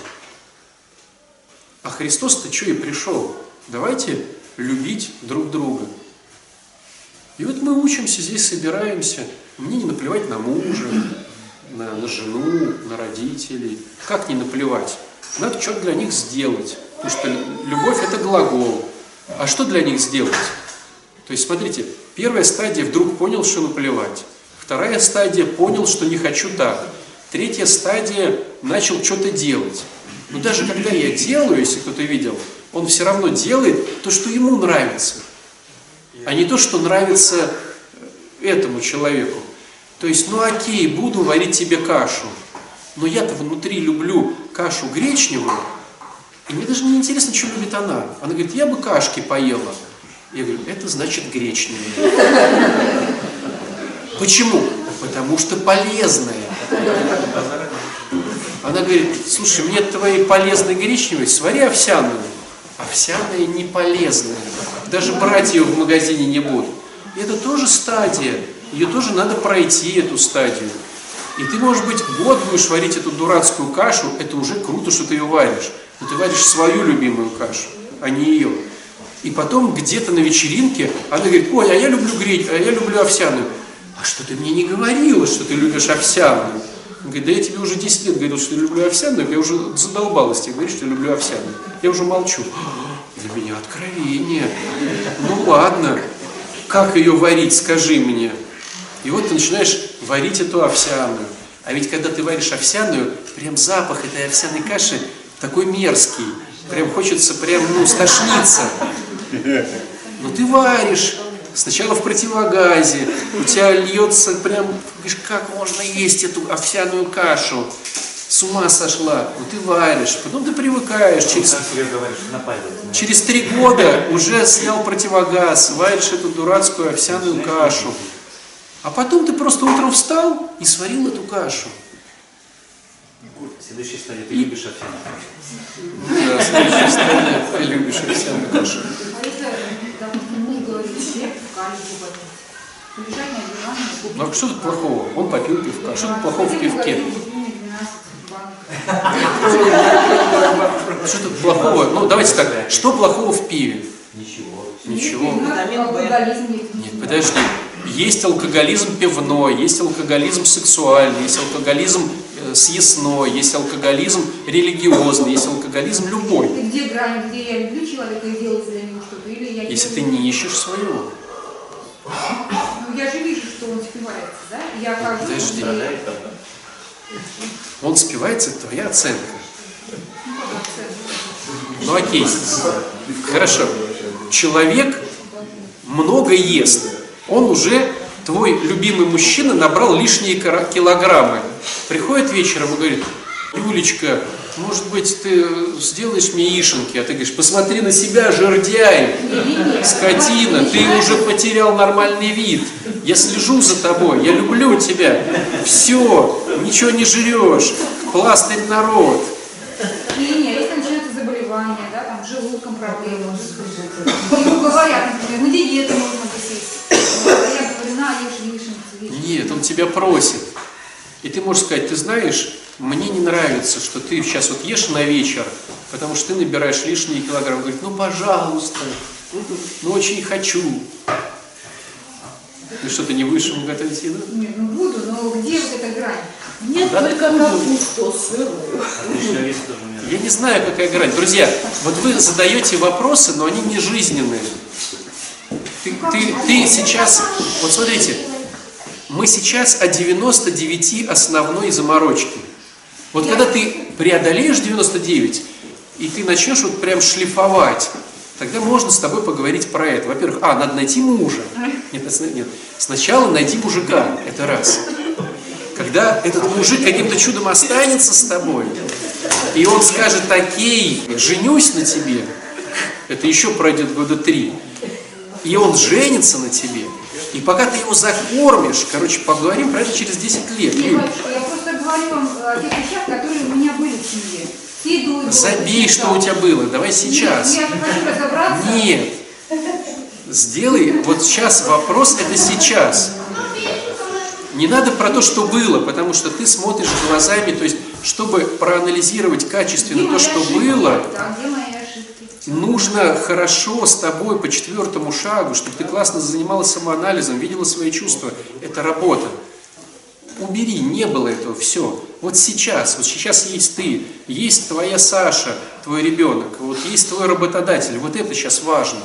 А Христос-то что и пришел? Давайте любить друг друга. И вот мы учимся, здесь собираемся. Мне не наплевать на мужа, на, на жену, на родителей. Как не наплевать? Надо что-то для них сделать. Потому что любовь – это глагол. А что для них сделать? То есть, смотрите, первая стадия вдруг понял, что наплевать. Вторая стадия понял, что не хочу так. Третья стадия начал что-то делать. Но даже когда я делаю, если кто-то видел, он все равно делает то, что ему нравится, а не то, что нравится этому человеку. То есть, ну окей, буду варить тебе кашу, но я-то внутри люблю кашу гречневую, и мне даже не интересно, что любит она. Она говорит, я бы кашки поела. Я говорю, это значит гречневая. Почему? Потому что полезная. Она говорит, слушай, мне твои полезные гречневые, свари овсяную. Овсяная не полезная. Даже брать ее в магазине не буду. И это тоже стадия. Ее тоже надо пройти, эту стадию. И ты, может быть, год будешь варить эту дурацкую кашу, это уже круто, что ты ее варишь. Но ты варишь свою любимую кашу, а не ее. И потом где-то на вечеринке она говорит, ой, а я люблю гречь, а я люблю овсяную. А что ты мне не говорила, что ты любишь овсяную? Он говорит, да я тебе уже десять лет говорил, что я люблю овсяную, я уже задолбалась тебе говорить, что я люблю овсяную. Я уже молчу. Для меня откровение. Ну ладно, как ее варить, скажи мне. И вот ты начинаешь варить эту овсяную. А ведь когда ты варишь овсяную, прям запах этой овсяной каши такой мерзкий. Прям хочется прям, ну, стошниться. Но ты варишь. Сначала в противогазе. У тебя льется прям, говоришь, как можно есть эту овсяную кашу. С ума сошла. Ну ты варишь. Потом ты привыкаешь. Через, через три года уже снял противогаз. Варишь эту дурацкую овсяную кашу. А потом ты просто утром встал и сварил эту кашу. Следующая стадия, ты любишь овсяную кашу. Да, следующая стадия, ты любишь овсяную кашу. А если, допустим, муж говорит, хлеб, калий, полежание, одевание... Ну а что тут плохого? Он попил пивка. Что тут плохого в пивке? Что тут плохого? Ну давайте так, что плохого в пиве? Ничего. Ничего. Нет, подожди. Есть алкоголизм пивной, есть алкоголизм сексуальный, есть алкоголизм э, съестной, есть алкоголизм религиозный, есть алкоголизм любой. Ты где грань, где я люблю человека и делаю для него что-то, или я... Если ты не ищешь своего. Ну я же вижу, что он спивается, да? Я хожу... Подожди. Он спивается, это твоя оценка. Ну окей. Хорошо. Человек много ест. Он уже, твой любимый мужчина, набрал лишние килограммы. Приходит вечером и говорит, Юлечка, может быть, ты сделаешь мне яишенки? А ты говоришь, посмотри на себя, жердяй, скотина, ты уже потерял нормальный вид. Я слежу за тобой, я люблю тебя. Все, ничего не жрешь, пластырь народ. Не, не, если начинаются заболевания, да, там, желудком проблемы, ему говорят, например, на диету можно посесть. А я говорю, на, ешь яишенки. Нет, он тебя просит. И ты можешь сказать, ты знаешь, мне не нравится, что ты сейчас вот ешь на вечер, потому что ты набираешь лишние килограммы. Он говорит, ну пожалуйста, ну очень хочу. Ты что, ты не будешь ему готовить еду? Нет, ну буду, но где вот эта грань? Нет, да, только капусту сырую. Я не знаю, какая грань. Друзья, вот вы задаете вопросы, но они не жизненные. Ты, ты, ты сейчас, вот смотрите, мы сейчас о девяноста девяти основной заморочке. Вот когда ты преодолеешь девяносто девять, и ты начнешь вот прям шлифовать, тогда можно с тобой поговорить про это. Во-первых, а, надо найти мужа. Нет, нет, сначала найди мужика, это раз. Когда этот мужик каким-то чудом останется с тобой, и он скажет, окей, женюсь на тебе, это еще пройдет года три, и он женится на тебе, и пока ты его закормишь, короче, поговорим про это через десять лет. Нет, батюшка, я просто говорю вам о тех вещах, которые у меня были в семье. Еду, забей, еду, что у тебя было, давай сейчас. Нет, я хочу разобраться. Нет. Сделай, вот сейчас вопрос, это сейчас. Не надо про то, что было, потому что ты смотришь глазами, то есть, чтобы проанализировать качественно где то, что ошибки? Было, да, где мои ошибки? Нужно хорошо с тобой по четвертому шагу, чтобы ты классно занималась самоанализом, видела свои чувства. Это работа. Убери, не было этого, все. Вот сейчас, вот сейчас есть ты, есть твоя Саша, твой ребенок, вот есть твой работодатель, вот это сейчас важно.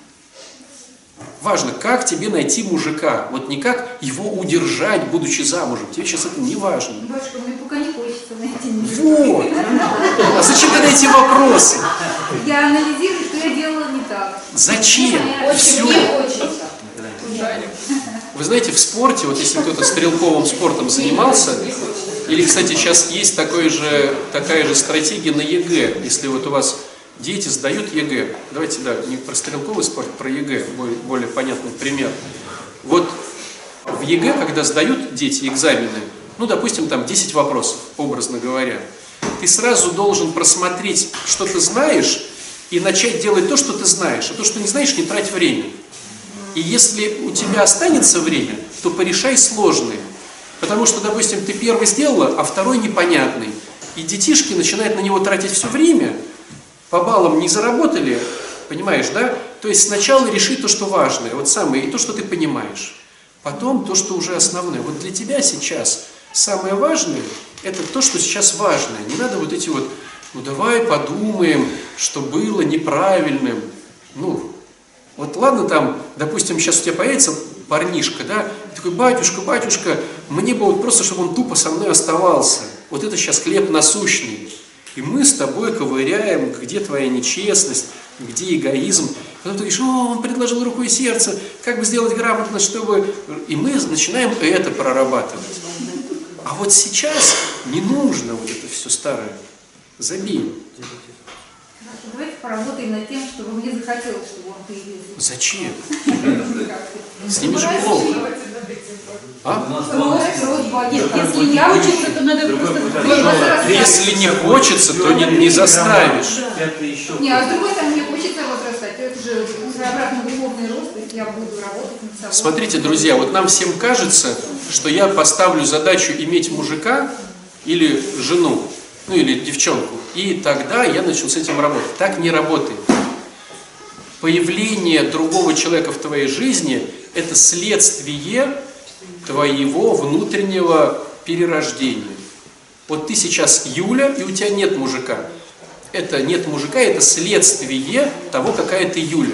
Важно, как тебе найти мужика, вот не как его удержать, будучи замужем, тебе сейчас это не важно. Батюшка, мне пока не хочется найти мужика. Вот! А зачем тогда эти вопросы? Я анализирую, что я делала не так. Зачем? Очень не хочется. Вы знаете, в спорте, вот если кто-то стрелковым спортом занимался, или, кстати, сейчас есть такой же, такая же стратегия на ЕГЭ, если вот у вас дети сдают ЕГЭ, давайте, да, не про стрелковый спорт, про ЕГЭ, более, более понятный пример. Вот в ЕГЭ, когда сдают дети экзамены, ну, допустим, там десять вопросов, образно говоря, ты сразу должен просмотреть, что ты знаешь, и начать делать то, что ты знаешь, а то, что не знаешь, не трать время. И если у тебя останется время, то порешай сложные. Потому что, допустим, ты первый сделала, а второй непонятный. И детишки начинают на него тратить все время, по баллам не заработали, понимаешь, да? То есть сначала реши то, что важное, вот самое, и то, что ты понимаешь. Потом то, что уже основное. Вот для тебя сейчас самое важное, это то, что сейчас важно. Не надо вот эти вот, ну давай подумаем, что было неправильным. Ну, вот ладно там, допустим, сейчас у тебя появится парнишка, да, и такой, батюшка, батюшка, мне бы вот просто, чтобы он тупо со мной оставался. Вот это сейчас хлеб насущный. И мы с тобой ковыряем, где твоя нечестность, где эгоизм. Потом ты говоришь, о, он предложил руку и сердце, как бы сделать грамотно, чтобы... И мы начинаем это прорабатывать. А вот сейчас не нужно вот это все старое. Забей. Давайте поработаем над тем, чтобы мне захотелось, чтобы он появился. Зачем? С ними же плохо. А? Нет, если не хочется, то надо просто... Если не хочется, то не, не заставишь. Не, а с другой стороны, мне хочется возрастать. Это же своеобразный духовный рост, то есть я буду работать над собой. Смотрите, друзья, вот нам всем кажется, что я поставлю задачу иметь мужика или жену, ну или девчонку, и тогда я начну с этим работать. Так не работает. Появление другого человека в твоей жизни – это следствие твоего внутреннего перерождения. Вот ты сейчас Юля, и у тебя нет мужика. Это нет мужика, это следствие того, какая ты Юля.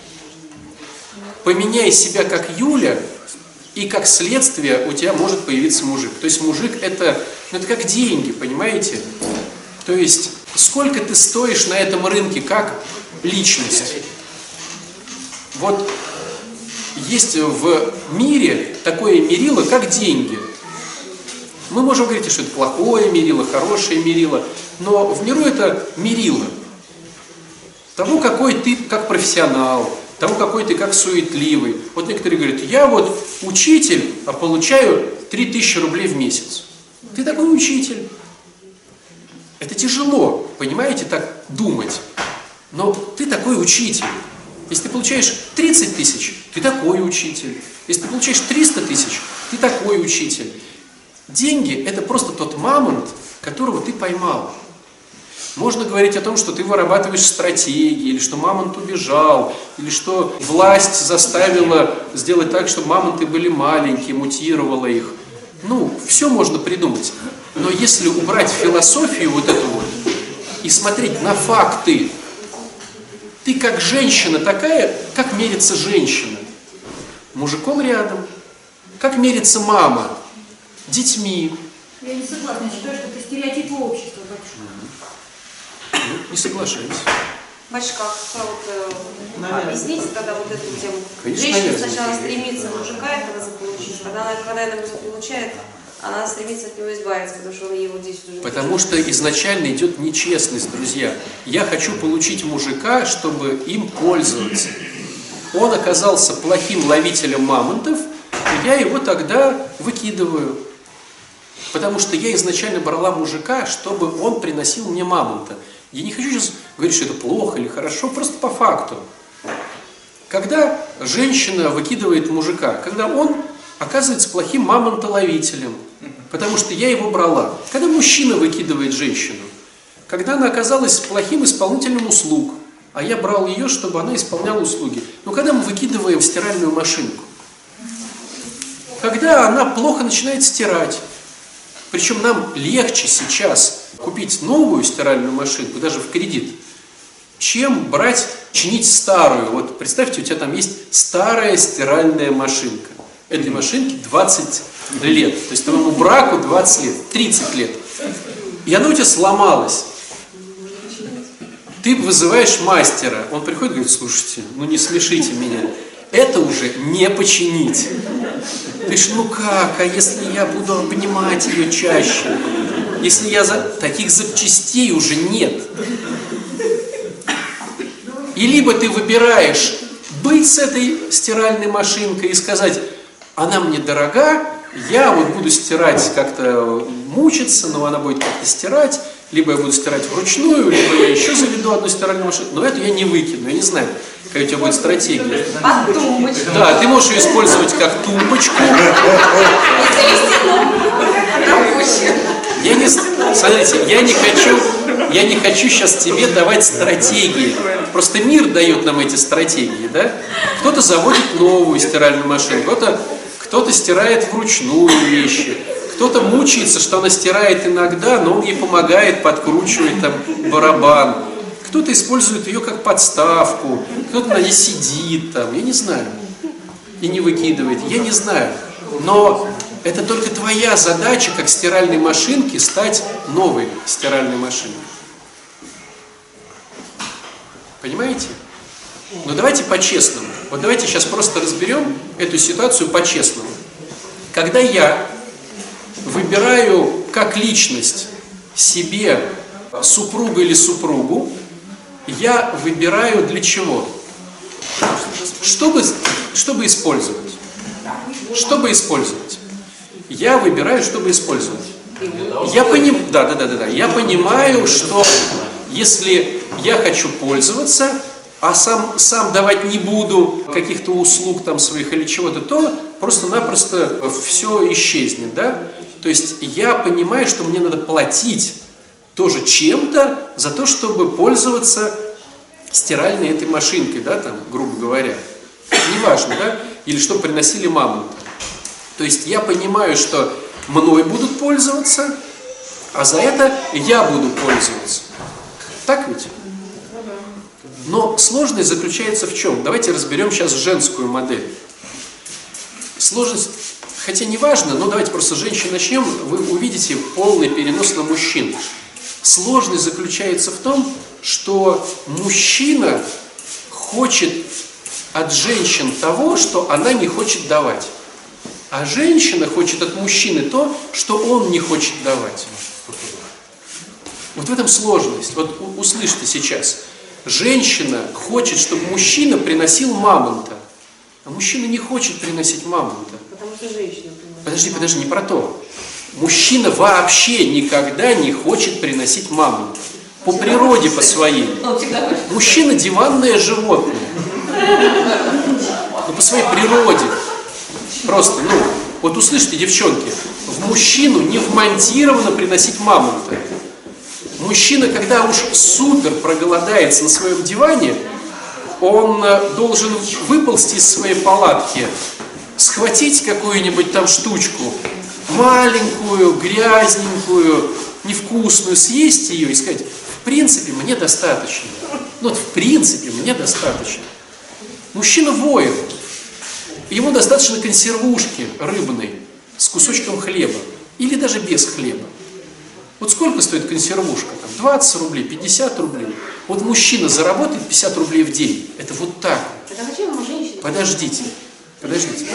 Поменяй себя как Юля, и как следствие у тебя может появиться мужик. То есть мужик это, ну, это как деньги, понимаете? То есть сколько ты стоишь на этом рынке как личность. Вот есть в мире такое мерило, как деньги. Мы можем говорить, что это плохое мерило, хорошее мерило, но в миру это мерило того, какой ты как профессионал, того, какой ты как суетливый. Вот некоторые говорят, я вот учитель, а получаю три тысячи рублей в месяц. Ты такой учитель. Это тяжело, понимаете, так думать. Но ты такой учитель. Если ты получаешь тридцать тысяч, ты такой учитель. Если ты получаешь триста тысяч, ты такой учитель. Деньги – это просто тот мамонт, которого ты поймал. Можно говорить о том, что ты вырабатываешь стратегии, или что мамонт убежал, или что власть заставила сделать так, чтобы мамонты были маленькие, мутировала их. Ну, все можно придумать. Но если убрать философию вот эту вот и смотреть на факты, ты как женщина такая, как мерится женщина? Мужиком рядом. Как мерится мама? Детьми. Я не согласна, я считаю, что это стереотипы общества, батюшка. Ну, не соглашаюсь. Батюшка, как вот, э, объясните тогда вот эту тему. Конечно, женщина наверное. сначала стремится мужика этого заполучить, когда она, когда это заполучает, она стремится от него избавиться, потому что он его здесь уже... Потому что изначально идет нечестность, друзья. Я хочу получить мужика, чтобы им пользоваться. Он оказался плохим ловителем мамонтов, и я его тогда выкидываю. Потому что я изначально брала мужика, чтобы он приносил мне мамонта. Я не хочу сейчас говорить, что это плохо или хорошо, просто по факту. Когда женщина выкидывает мужика, когда он оказывается плохим мамонтоловителем, потому что я его брала. Когда мужчина выкидывает женщину, когда она оказалась плохим исполнителем услуг, а я брал ее, чтобы она исполняла услуги. Но когда мы выкидываем стиральную машинку, когда она плохо начинает стирать, причем нам легче сейчас купить новую стиральную машинку, даже в кредит, чем брать, чинить старую. Вот представьте, у тебя там есть старая стиральная машинка. Этой машинке двадцать лет, то есть твоему браку двадцать лет, тридцать лет. И она у тебя сломалась. Ты вызываешь мастера, он приходит и говорит, слушайте, ну не смешите меня, это уже не починить. Ты говоришь, ну как, а если я буду обнимать ее чаще? Если я за... Таких запчастей уже нет. И либо ты выбираешь быть с этой стиральной машинкой и сказать, она мне дорога, я вот буду стирать как-то, мучиться, но она будет как-то стирать, либо я буду стирать вручную, либо я еще заведу одну стиральную машину, но это я не выкину, я не знаю, какая у тебя будет стратегия. А тумбочку? Да, ты можешь ее использовать как тумбочку. Я не, смотрите, я не хочу, я не хочу сейчас тебе давать стратегии. Просто мир дает нам эти стратегии, да? Кто-то заводит новую стиральную машину, кто-то кто-то стирает вручную вещи, кто Кто-то мучается, что она стирает иногда, но он ей помогает, подкручивает там барабан. Кто-то использует ее как подставку, кто-то на ней сидит там, я не знаю. И не выкидывает, я не знаю. Но это только твоя задача, как стиральной машинки, стать новой стиральной машинкой. Понимаете? Но давайте по-честному. Вот давайте сейчас просто разберем эту ситуацию по-честному. Когда я выбираю как личность себе супруга или супругу, я выбираю для чего? Чтобы, чтобы использовать. Чтобы использовать. Я выбираю, чтобы использовать. Я, поним... да, да, да, да, да. Я понимаю, что если я хочу пользоваться, а сам, сам давать не буду каких-то услуг там своих или чего-то, то просто-напросто все исчезнет, да? То есть я понимаю, что мне надо платить тоже чем-то за то, чтобы пользоваться стиральной этой машинкой, да, там, грубо говоря. Неважно, да? Или что приносили мамонты. То есть я понимаю, что мной будут пользоваться, а за это я буду пользоваться. Так ведь? Но сложность заключается в чем? Давайте разберем сейчас женскую модель. Сложность, хотя не важно, но давайте просто с женщин начнем, вы увидите полный перенос на мужчин. Сложность заключается в том, что мужчина хочет от женщин того, что она не хочет давать. А женщина хочет от мужчины то, что он не хочет давать. Вот в этом сложность. Вот услышьте сейчас. Женщина хочет, чтобы мужчина приносил мамонта. А мужчина не хочет приносить мамонта. Потому что женщина приносит. Подожди, подожди, не про то. Мужчина вообще никогда не хочет приносить мамонта. По природе, по своей. Мужчина диванное животное. Ну, по своей природе. Просто, ну, вот услышьте, девчонки, в мужчину не вмонтировано приносить мамонта. Мужчина, когда уж супер проголодается на своем диване, он должен выползти из своей палатки, схватить какую-нибудь там штучку, маленькую, грязненькую, невкусную, съесть ее и сказать: в принципе, мне достаточно. Ну вот в принципе, мне достаточно. Мужчина воин. Ему достаточно консервушки рыбной с кусочком хлеба. Или даже без хлеба. Вот сколько стоит консервушка? Там двадцать рублей, пятьдесят рублей. Вот мужчина заработает пятьдесят рублей в день. Это вот так. Это зачем ему женщине? Подождите. Подождите.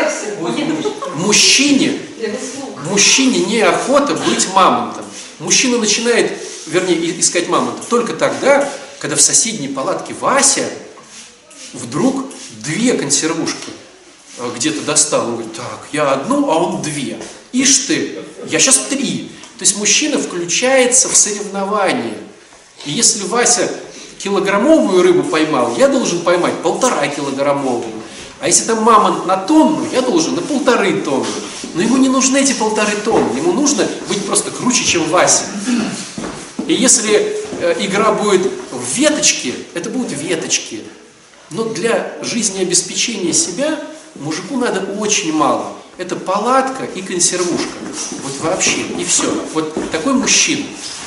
Мужчине, мужчине неохота быть мамонтом. Мужчина начинает, вернее, искать мамонта только тогда, когда в соседней палатке Вася вдруг две консервушки где-то достал. Он говорит: так, я одну, а он две. Ишь ты, я сейчас три. То есть мужчина включается в соревнование. И если Вася килограммовую рыбу поймал, я должен поймать полтора килограммовую. А если там мамонт на тонну, я должен на полторы тонны. Но ему не нужны эти полторы тонны. Ему нужно быть просто круче, чем Вася. И если э, игра будет в веточке, это будут веточки. Но для жизнеобеспечения себя мужику надо очень мало. Это палатка и консервушка. Вот вообще, и все. Вот такой мужчина.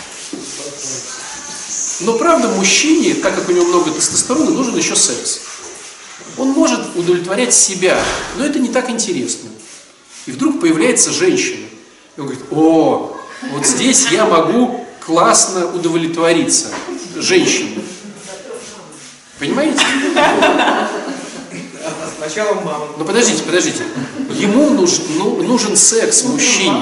Но правда, мужчине, так как у него много тестостерона, нужен еще секс. Он может удовлетворять себя, но это не так интересно. И вдруг появляется женщина. И он говорит: о, вот здесь я могу классно удовлетвориться женщиной. Понимаете? Сначала мама. Но подождите, подождите. Ему нужен, ну, нужен секс мужчине.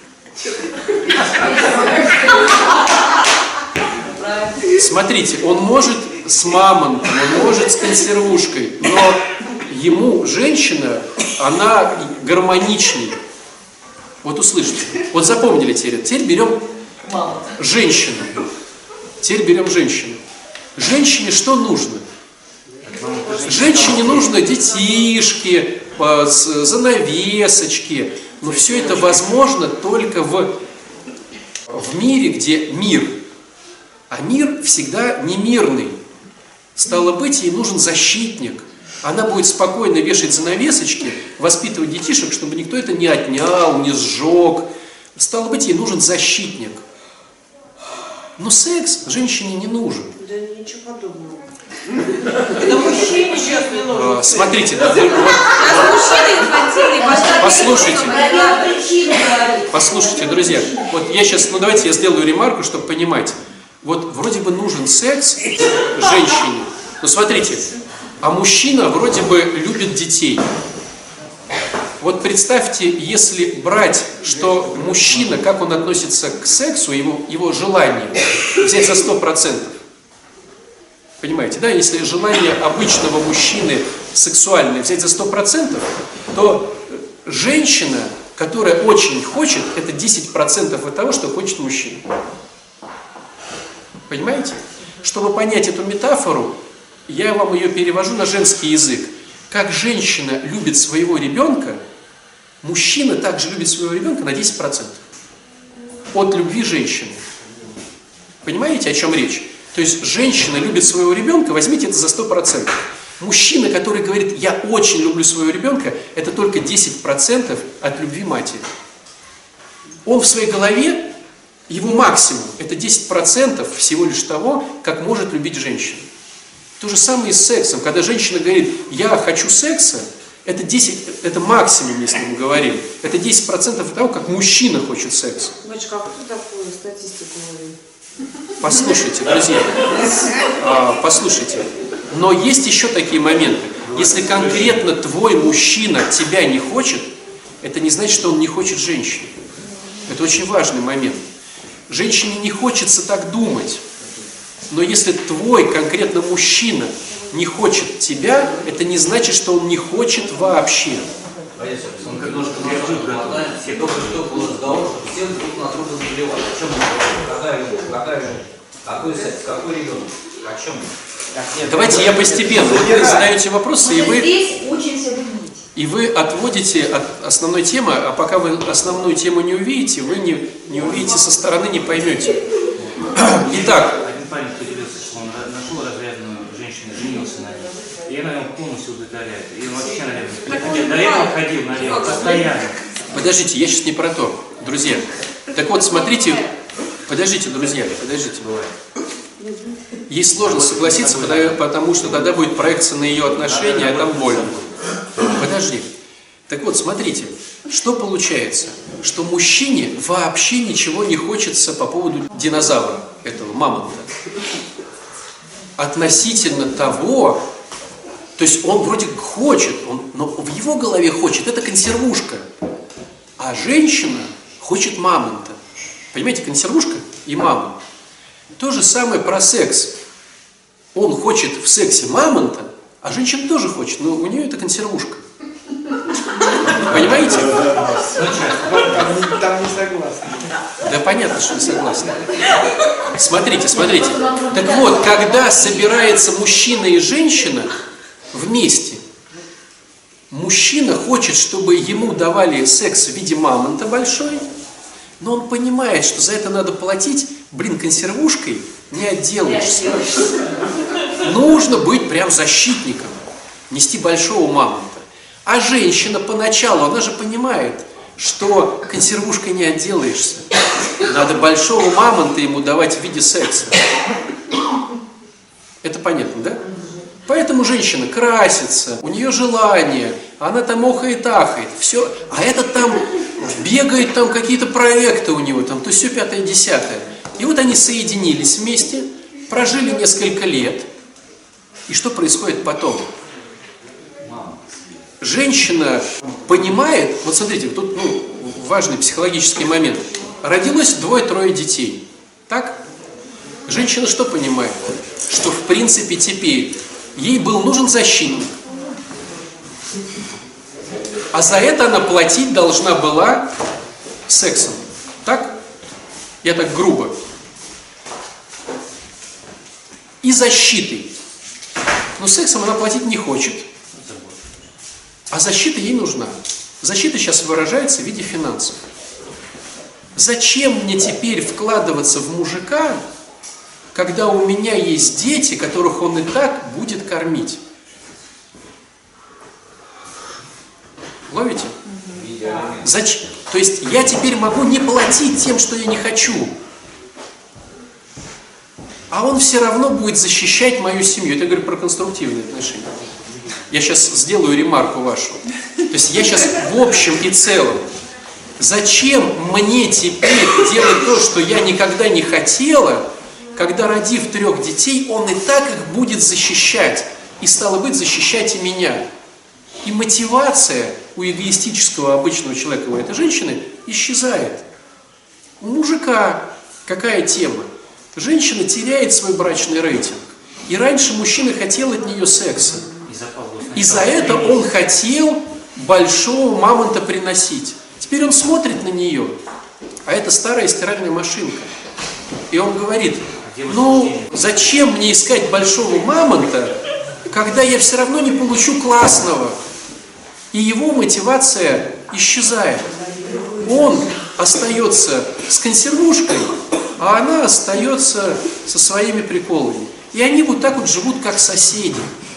Смотрите, он может с мамонтом, он может с консервушкой, но ему женщина, она гармоничнее. Вот услышите. Вот запомнили теперь. Теперь берем женщину. Теперь берем женщину. Женщине что нужно? Женщине нужно детишки, занавесочки. Но все это возможно только в, в мире, где мир. А мир всегда не мирный. Стало быть, ей нужен защитник. Она будет спокойно вешать занавесочки, воспитывать детишек, чтобы никто это не отнял, не сжег, Стало быть, ей нужен защитник. Но секс женщине не нужен. Да ничего подобного. Это мужчине сейчас не нужно. А, смотрите, да, послушайте, послушайте, друзья, вот я сейчас, ну давайте я сделаю ремарку, чтобы понимать. Вот вроде бы нужен секс женщине, но смотрите, а мужчина вроде бы любит детей. Вот представьте, если брать, что мужчина, как он относится к сексу, его, его желание, взять за сто процентов. Понимаете, да? Если желание обычного мужчины сексуальное взять за сто процентов, то женщина, которая очень хочет, это десять процентов от того, что хочет мужчина. Понимаете? Чтобы понять эту метафору, я вам ее перевожу на женский язык. Как женщина любит своего ребенка, мужчина также любит своего ребенка на десять процентов от любви женщины. Понимаете, о чем речь? То есть женщина любит своего ребенка, возьмите это за сто процентов. Мужчина, который говорит, я очень люблю своего ребенка, это только десять процентов от любви матери. Он в своей голове, его максимум, это десять процентов всего лишь того, как может любить женщина. То же самое и с сексом. Когда женщина говорит, я хочу секса, это, десять, это максимум, если мы говорим. Это десять процентов от того, как мужчина хочет секса. Батюшка, а кто такую статистику говорит? Послушайте, друзья, а, послушайте. Но есть еще такие моменты. Если конкретно твой мужчина тебя не хочет, это не значит, что он не хочет женщину. Это очень важный момент. Женщине не хочется так думать. Но если твой конкретно мужчина не хочет тебя, это не значит, что он не хочет вообще. Он немножко хватает, все только что был разговор, что все друг на друга заболевают. О чем мы говорим? Какая любовь? Какая жизнь? Какой секс? Какой ребенок? О чем? Давайте я постепенно. Вы задаете вопросы, и вы, Здесь учимся любить. и вы отводите от основной темы, а пока вы основную тему не увидите, вы не, не увидите со стороны, не поймете. Итак. Один парень поделился, что он нашел разрядную женщину, женился на ней. И она его полностью удовлетворяет. И он вообще, наверное, до этого ходил налево постоянно. Подождите, я сейчас не про то, друзья. Так вот, смотрите, подождите, друзья, подождите, бывает. Ей сложно согласиться, потому что тогда будет проекция на ее отношения, а там больно. Подожди. Так вот, смотрите, что получается? Что мужчине вообще ничего не хочется по поводу динозавра, этого мамонта. Относительно того, то есть он вроде хочет, он, но в его голове хочет, это консервушка. А женщина хочет мамонта. Понимаете, консервушка и мамонт. То же самое про секс. Он хочет в сексе мамонта, а женщина тоже хочет, но у нее это консервушка. Понимаете? Там не согласны. Да понятно, что не согласны. Смотрите, смотрите. Так вот, когда собирается мужчина и женщина вместе, мужчина хочет, чтобы ему давали секс в виде мамонта большой, но он понимает, что за это надо платить, блин, консервушкой не отделаешься. Нужно быть прям защитником, нести большого мамонта. А женщина поначалу, она же понимает, что консервушкой не отделаешься. Надо большого мамонта ему давать в виде секса. Это понятно, да? Поэтому женщина красится, у нее желание, она там охает, ахает, все. А этот там бегает, там какие-то проекты у него, там то все пятое, десятое. И вот они соединились вместе, прожили несколько лет. И что происходит потом? Женщина понимает, вот смотрите, тут ну, важный психологический момент. Родилось двое-трое детей. Так? Женщина что понимает? Что в принципе теперь ей был нужен защитник. А за это она платить должна была сексом. Так? Я так грубо. И защитой. Но сексом она платить не хочет. А защита ей нужна. Защита сейчас выражается в виде финансов. Зачем мне теперь вкладываться в мужика, когда у меня есть дети, которых он и так будет кормить? Ловите? Зачем? То есть я теперь могу не платить тем, что я не хочу. А он все равно будет защищать мою семью. Это я говорю про конструктивные отношения. Я сейчас сделаю ремарку вашу. То есть я сейчас в общем и целом. Зачем мне теперь делать то, что я никогда не хотела, когда, родив трех детей, он и так их будет защищать. И стало быть, защищать и меня. И мотивация у эгоистического обычного человека, у этой женщины, исчезает. У мужика какая тема? Женщина теряет свой брачный рейтинг. И раньше мужчина хотел от нее секса. И за это он хотел большого мамонта приносить. Теперь он смотрит на нее, а это старая стиральная машинка. И он говорит, ну зачем мне искать большого мамонта, когда я все равно не получу классного? И его мотивация исчезает. Он остается с консервушкой, а она остается со своими приколами. И они вот так вот живут, как соседи.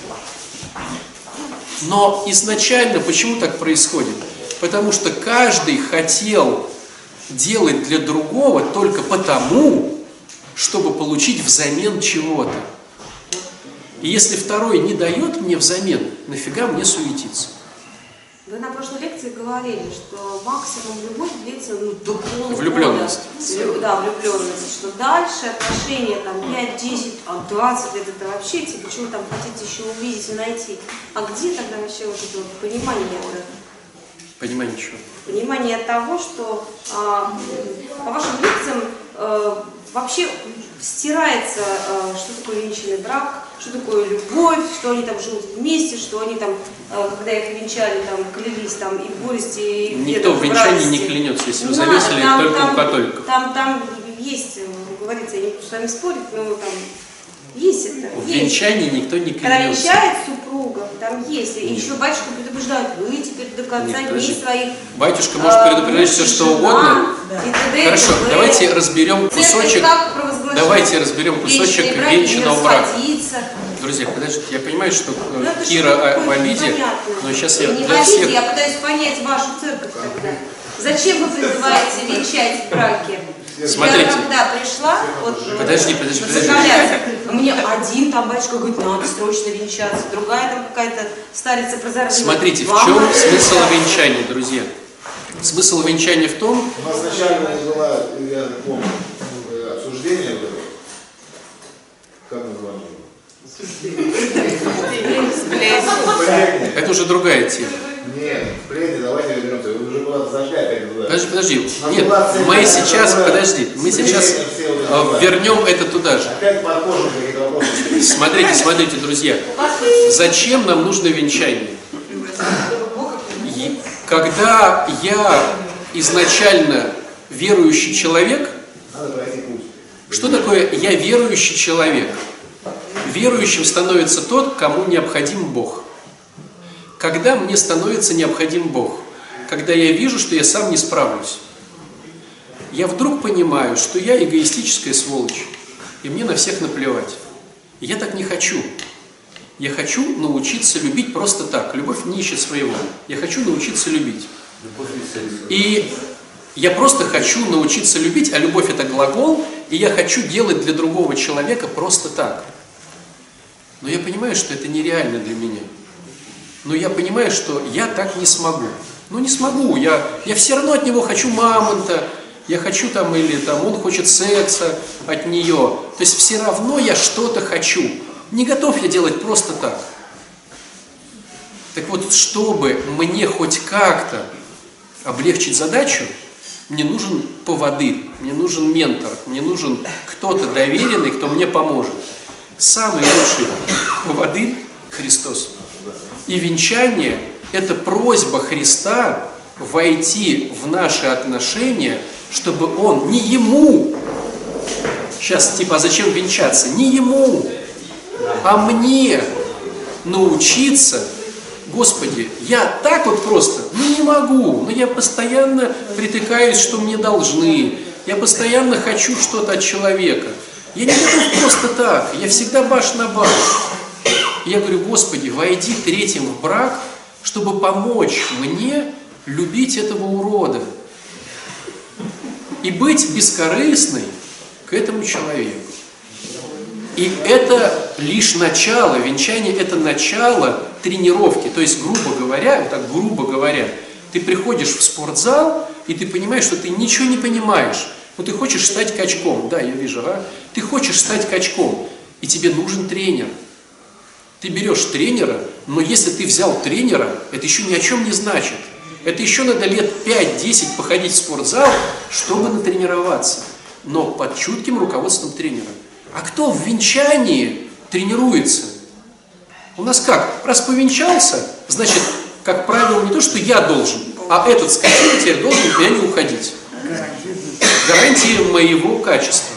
Но изначально почему так происходит? Потому что каждый хотел делать для другого только потому, чтобы получить взамен чего-то. И если второй не дает мне взамен, нафига мне суетиться? Вы на прошлой лекции говорили, что максимум любовь длится ну, до полугода. Влюбленность. Да, влюбленность. Что дальше отношения там пять, десять, двадцать лет это вообще, типа, почему там хотите еще увидеть и найти. А где тогда вообще вот это вот понимание? Понимание чего? Понимание того, что а, по вашим лекциям а, вообще стирается, а, что такое венчальный брак, что такое любовь, что они там живут вместе, что они там, а, когда их венчали, там клялись там и в горести, и в никто в венчании не клянется, если вы заметили, там, только там, у католиков. Там, там есть, говорится, я не буду с вами спорить, но там есть это. В есть. венчании никто не Когда клянется. венчает супругов, там есть. И еще батюшка предупреждает, вы теперь до конца Нет, дней своих. Батюшка может предупреждать все, что угодно. Да. Хорошо, вы, давайте разберем кусочек. Давайте разберем кусочек венчанного брака. Друзья, подождите, я понимаю, что ну, Кира в обиде, но сейчас я не для всех... Я пытаюсь понять вашу церковь тогда. Зачем вы призываете венчать в браке? Смотрите. Я когда пришла, вот, подожди, подожди, подожди. Мне один там батюшка говорит, надо срочно венчаться, другая там какая-то старица прозорливая. Смотрите, в чем смысл венчания, друзья? Смысл венчания в том... У нас сначала было, я помню, обсуждение, как называется? Это уже другая тема. Нет, сплетни, давайте вернемся. Вы уже куда-то зашли опять туда. Подожди, подожди. Нет, мы сейчас, подожди, мы сейчас вернем это туда же. Опять под кожу какие-то вопросы. Смотрите, смотрите, друзья. Зачем нам нужно венчание? Когда я изначально верующий человек, что такое я верующий человек? Верующим становится тот, кому необходим Бог. Когда мне становится необходим Бог? Когда я вижу, что я сам не справлюсь. Я вдруг понимаю, что я эгоистическая сволочь, и мне на всех наплевать. И я так не хочу. Я хочу научиться любить просто так. Любовь не ищет своего. Я хочу научиться любить. И я просто хочу научиться любить, а любовь это глагол, и я хочу делать для другого человека просто так. Но я понимаю, что это нереально для меня. Но я понимаю, что я так не смогу. Ну не смогу, я, я все равно от него хочу мамонта, я хочу там, или там он хочет секса от нее. То есть все равно я что-то хочу. Не готов я делать просто так. Так вот, чтобы мне хоть как-то облегчить задачу, мне нужен поводырь, мне нужен ментор, мне нужен кто-то доверенный, кто мне поможет. Самый лучший поводырь – Христос. И венчание – это просьба Христа войти в наши отношения, чтобы Он не Ему, сейчас типа, а зачем венчаться? Не Ему, а мне научиться, Господи, я так вот просто, ну не могу, но я постоянно притыкаюсь, что мне должны, я постоянно хочу что-то от человека. Я не готов просто так, я всегда баш на баш. Я говорю, Господи, войди третьим в брак, чтобы помочь мне любить этого урода. и быть бескорыстной к этому человеку. И это лишь начало, венчание – это начало тренировки. То есть, грубо говоря, вот так грубо говоря, ты приходишь в спортзал, и ты понимаешь, что ты ничего не понимаешь. Ну, ты хочешь стать качком, да, я вижу, а? Ты хочешь стать качком, и тебе нужен тренер. Ты берешь тренера, но если ты взял тренера, это еще ни о чем не значит. Это еще надо лет пять-десять походить в спортзал, чтобы натренироваться. Но под чутким руководством тренера. А кто в венчании тренируется? У нас как? Раз повенчался, значит, как правило, не то, что я должен, а этот скотина теперь должен от меня не уходить. Гарантия моего качества.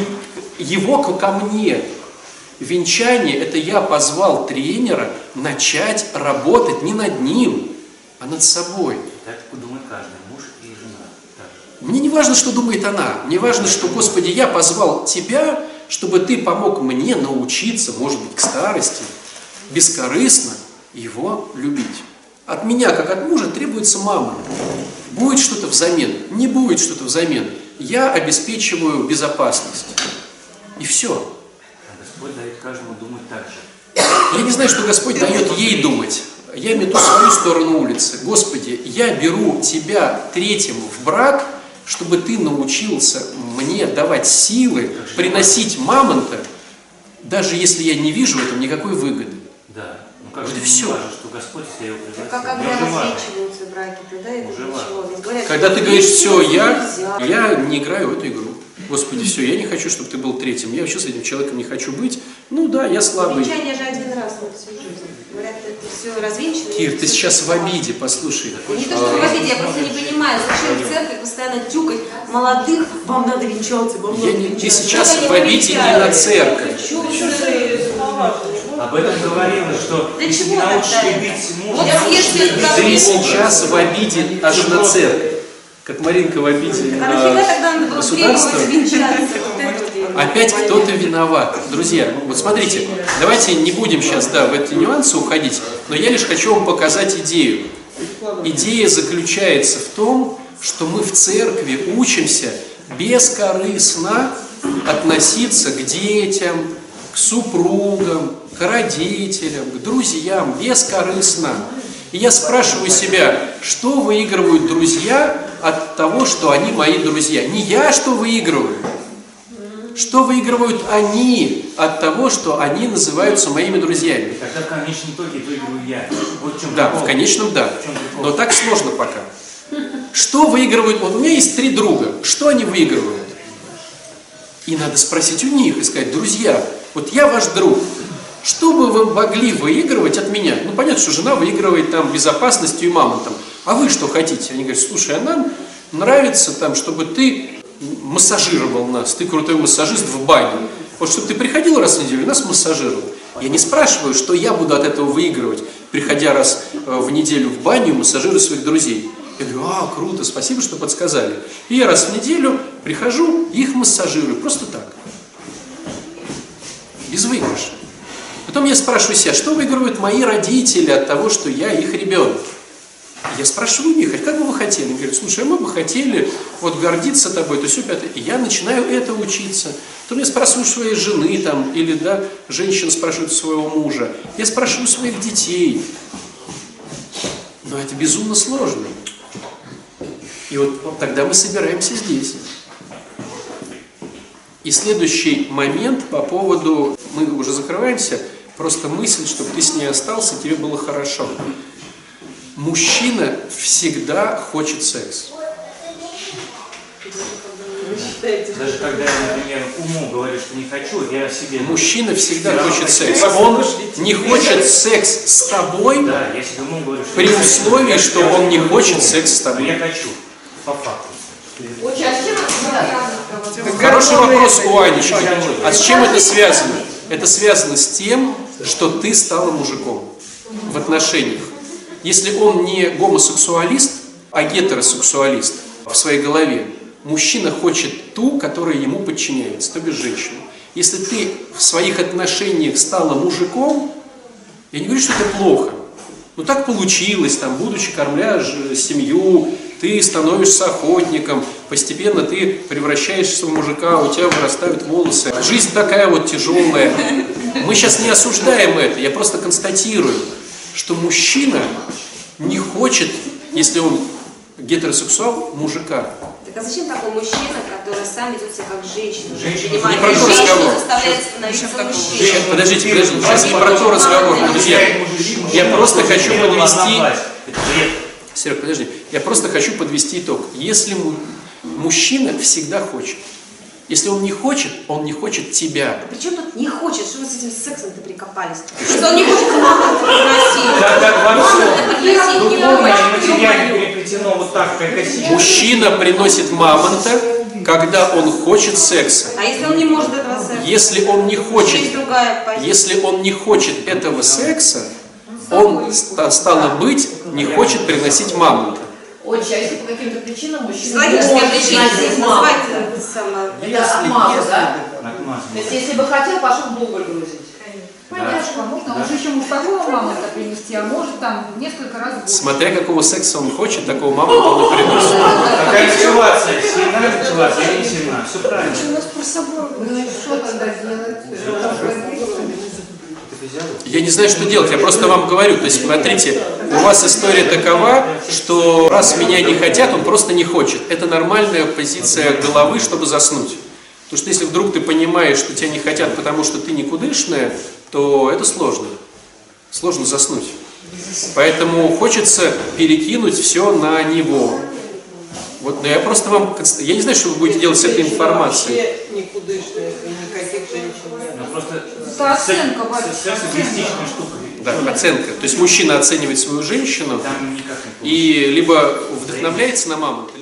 Его ко мне. Венчание – это я позвал тренера начать работать не над ним, а над собой. Так думает каждый муж и жена. Так. Мне не важно, что думает она. Мне важно, что, Господи, я позвал Тебя, чтобы Ты помог мне научиться, может быть, к старости, бескорыстно его любить. От меня, как от мужа, требуется мама. Будет что-то взамен, не будет что-то взамен. Я обеспечиваю безопасность. И все. А Господь дает каждому думать так же. Я не знаю, что Господь дает ей думать. Я мету свою сторону улицы. Господи, я беру Тебя третьему в брак, чтобы Ты научился мне давать силы, приносить мамонта, даже если я не вижу в этом никакой выгоды. Да. Ну как вот же и все. важно, что Господь себя его пригласил. Как когда развенчиваются браки, тогда это ничего. Когда ты говоришь, все, я, я не играю в эту игру. Господи, все, я не хочу, чтобы ты был третьим. Я вообще с этим человеком не хочу быть. Ну да, я слабый. Венчание же один раз на всю жизнь. Говорят, это все развенчано. Кир, ты сейчас в обиде, послушай. Не то, что в обиде, я просто не понимаю, зачем в церкви постоянно тюкать молодых, вам надо венчаться, вам надо Я не, венчаться. ты сейчас в обиде не на церковь. Об этом говорилось, что Да если чего ты научишь тогда? любить мужа, Вот если Ты сейчас в обиде аж на церковь. Как Маринка в обиде А нафига на тогда надо было государство. требовать венчаться? Вот это вот я Опять не кто-то понимаю. виноват. Друзья, вот смотрите, давайте не будем сейчас да, в эти нюансы уходить, но я лишь хочу вам показать идею. Идея заключается в том, что мы в церкви учимся бескорыстно относиться к детям, к супругам, к родителям, к друзьям, бескорыстно. И я спрашиваю себя, что выигрывают друзья от того, что они мои друзья? Не я что выигрываю. Что выигрывают они от того, что они называются моими друзьями? Тогда в конечном итоге выигрываю я. Вот в чем Да, прикол. в конечном да. В чем прикол? Но так сложно пока. Что выигрывают? Вот у меня есть три друга. Что они выигрывают? И надо спросить у них и сказать, друзья, вот я ваш друг. Что бы вы могли выигрывать от меня? Ну, понятно, что жена выигрывает там безопасностью и мамонтом. А вы что хотите? Они говорят, слушай, а нам нравится там, чтобы ты массажировал нас. Ты крутой массажист в бане. Вот чтобы ты приходил раз в неделю и нас массажировал. Я не спрашиваю, что я буду от этого выигрывать, приходя раз в неделю в баню и массажирую своих друзей. Я говорю, а, круто, спасибо, что подсказали. И я раз в неделю прихожу и их массажирую. Просто так. Без выигрыша. Потом я спрашиваю себя, что выигрывают мои родители от того, что я их ребенок? Я спрашиваю у них, а как бы вы хотели? Они говорят, слушай, а мы бы хотели вот гордиться тобой, то все пятое. И я начинаю это учиться. Потом я спрашиваю своей жены там, или да, женщина спрашивает своего мужа. Я спрашиваю своих детей. Но это безумно сложно. И вот тогда мы собираемся здесь. И следующий момент по поводу, мы уже закрываемся, просто мысль, чтобы ты с ней остался, тебе было хорошо. Мужчина всегда хочет секс. Даже когда я, например, уму говорю, что не хочу, я себе... Мужчина всегда хочет секс. Он не хочет секс с тобой, да, я себе уму говорю, что при условии, что он не хочет секс с тобой. Я хочу, по факту. Хороший вопрос у Анечки. А с чем это связано? Это связано с тем, что ты стала мужиком в отношениях. Если он не гомосексуалист, а гетеросексуалист в своей голове, мужчина хочет ту, которая ему подчиняется, то бишь женщину. Если ты в своих отношениях стала мужиком, я не говорю, что это плохо. Но так получилось, там, будучи кормля семью, ты становишься охотником, постепенно ты превращаешься в мужика, у тебя вырастают волосы. Жизнь такая вот тяжелая. Мы сейчас не осуждаем это, я просто констатирую, что мужчина не хочет, если он гетеросексуал, мужика. Так а зачем такой мужчина, который сам ведет себя как женщина? Женщина. Не про то разговор. Заставляет становиться мужчиной. Подождите, подождите, сейчас не про то разговор, друзья. Я просто хочу подвести... Серег, подожди. Я просто хочу подвести итог. Если мужчина всегда хочет, если он не хочет, он не хочет тебя. А при чем тут не хочет? Что вы с этим сексом-то прикопались? Что он не хочет маму приносить? Как во всем. Духовное и материально переплетено вот так, как оси. Мужчина приносит мамонта, когда он хочет секса. А если он не может этого секса? Если он не хочет, если он не хочет этого секса, он, стало быть, не хочет приносить мамонта. Очень, а если по каким-то причинам мужчина не может приносить маму? Это отмаза, да? То есть, если бы хотел, пошел в уголь грузить. Понятно, можно уже еще мужского мамонта принести, а может там несколько раз больше. Смотря какого секса он хочет, такого мамонта он и приносит. Какая ситуация? Сильна ситуация или не сильна? Все правильно. Ну и что тогда делать? Я не знаю, что делать, я просто вам говорю. То есть, смотрите, у вас история такова, что раз меня не хотят, он просто не хочет. Это нормальная позиция головы, чтобы заснуть. Потому что если вдруг ты понимаешь, что тебя не хотят, потому что ты никудышная, то это сложно. Сложно заснуть. Поэтому хочется перекинуть все на него. Вот, но я просто вам... Я не знаю, что вы будете делать с этой информацией. Вообще никудышных и никаких женщин нет. Просто это оценка, секс эгоистичная штука. Да, оценка. То есть мужчина оценивает свою женщину и либо вдохновляется на маму,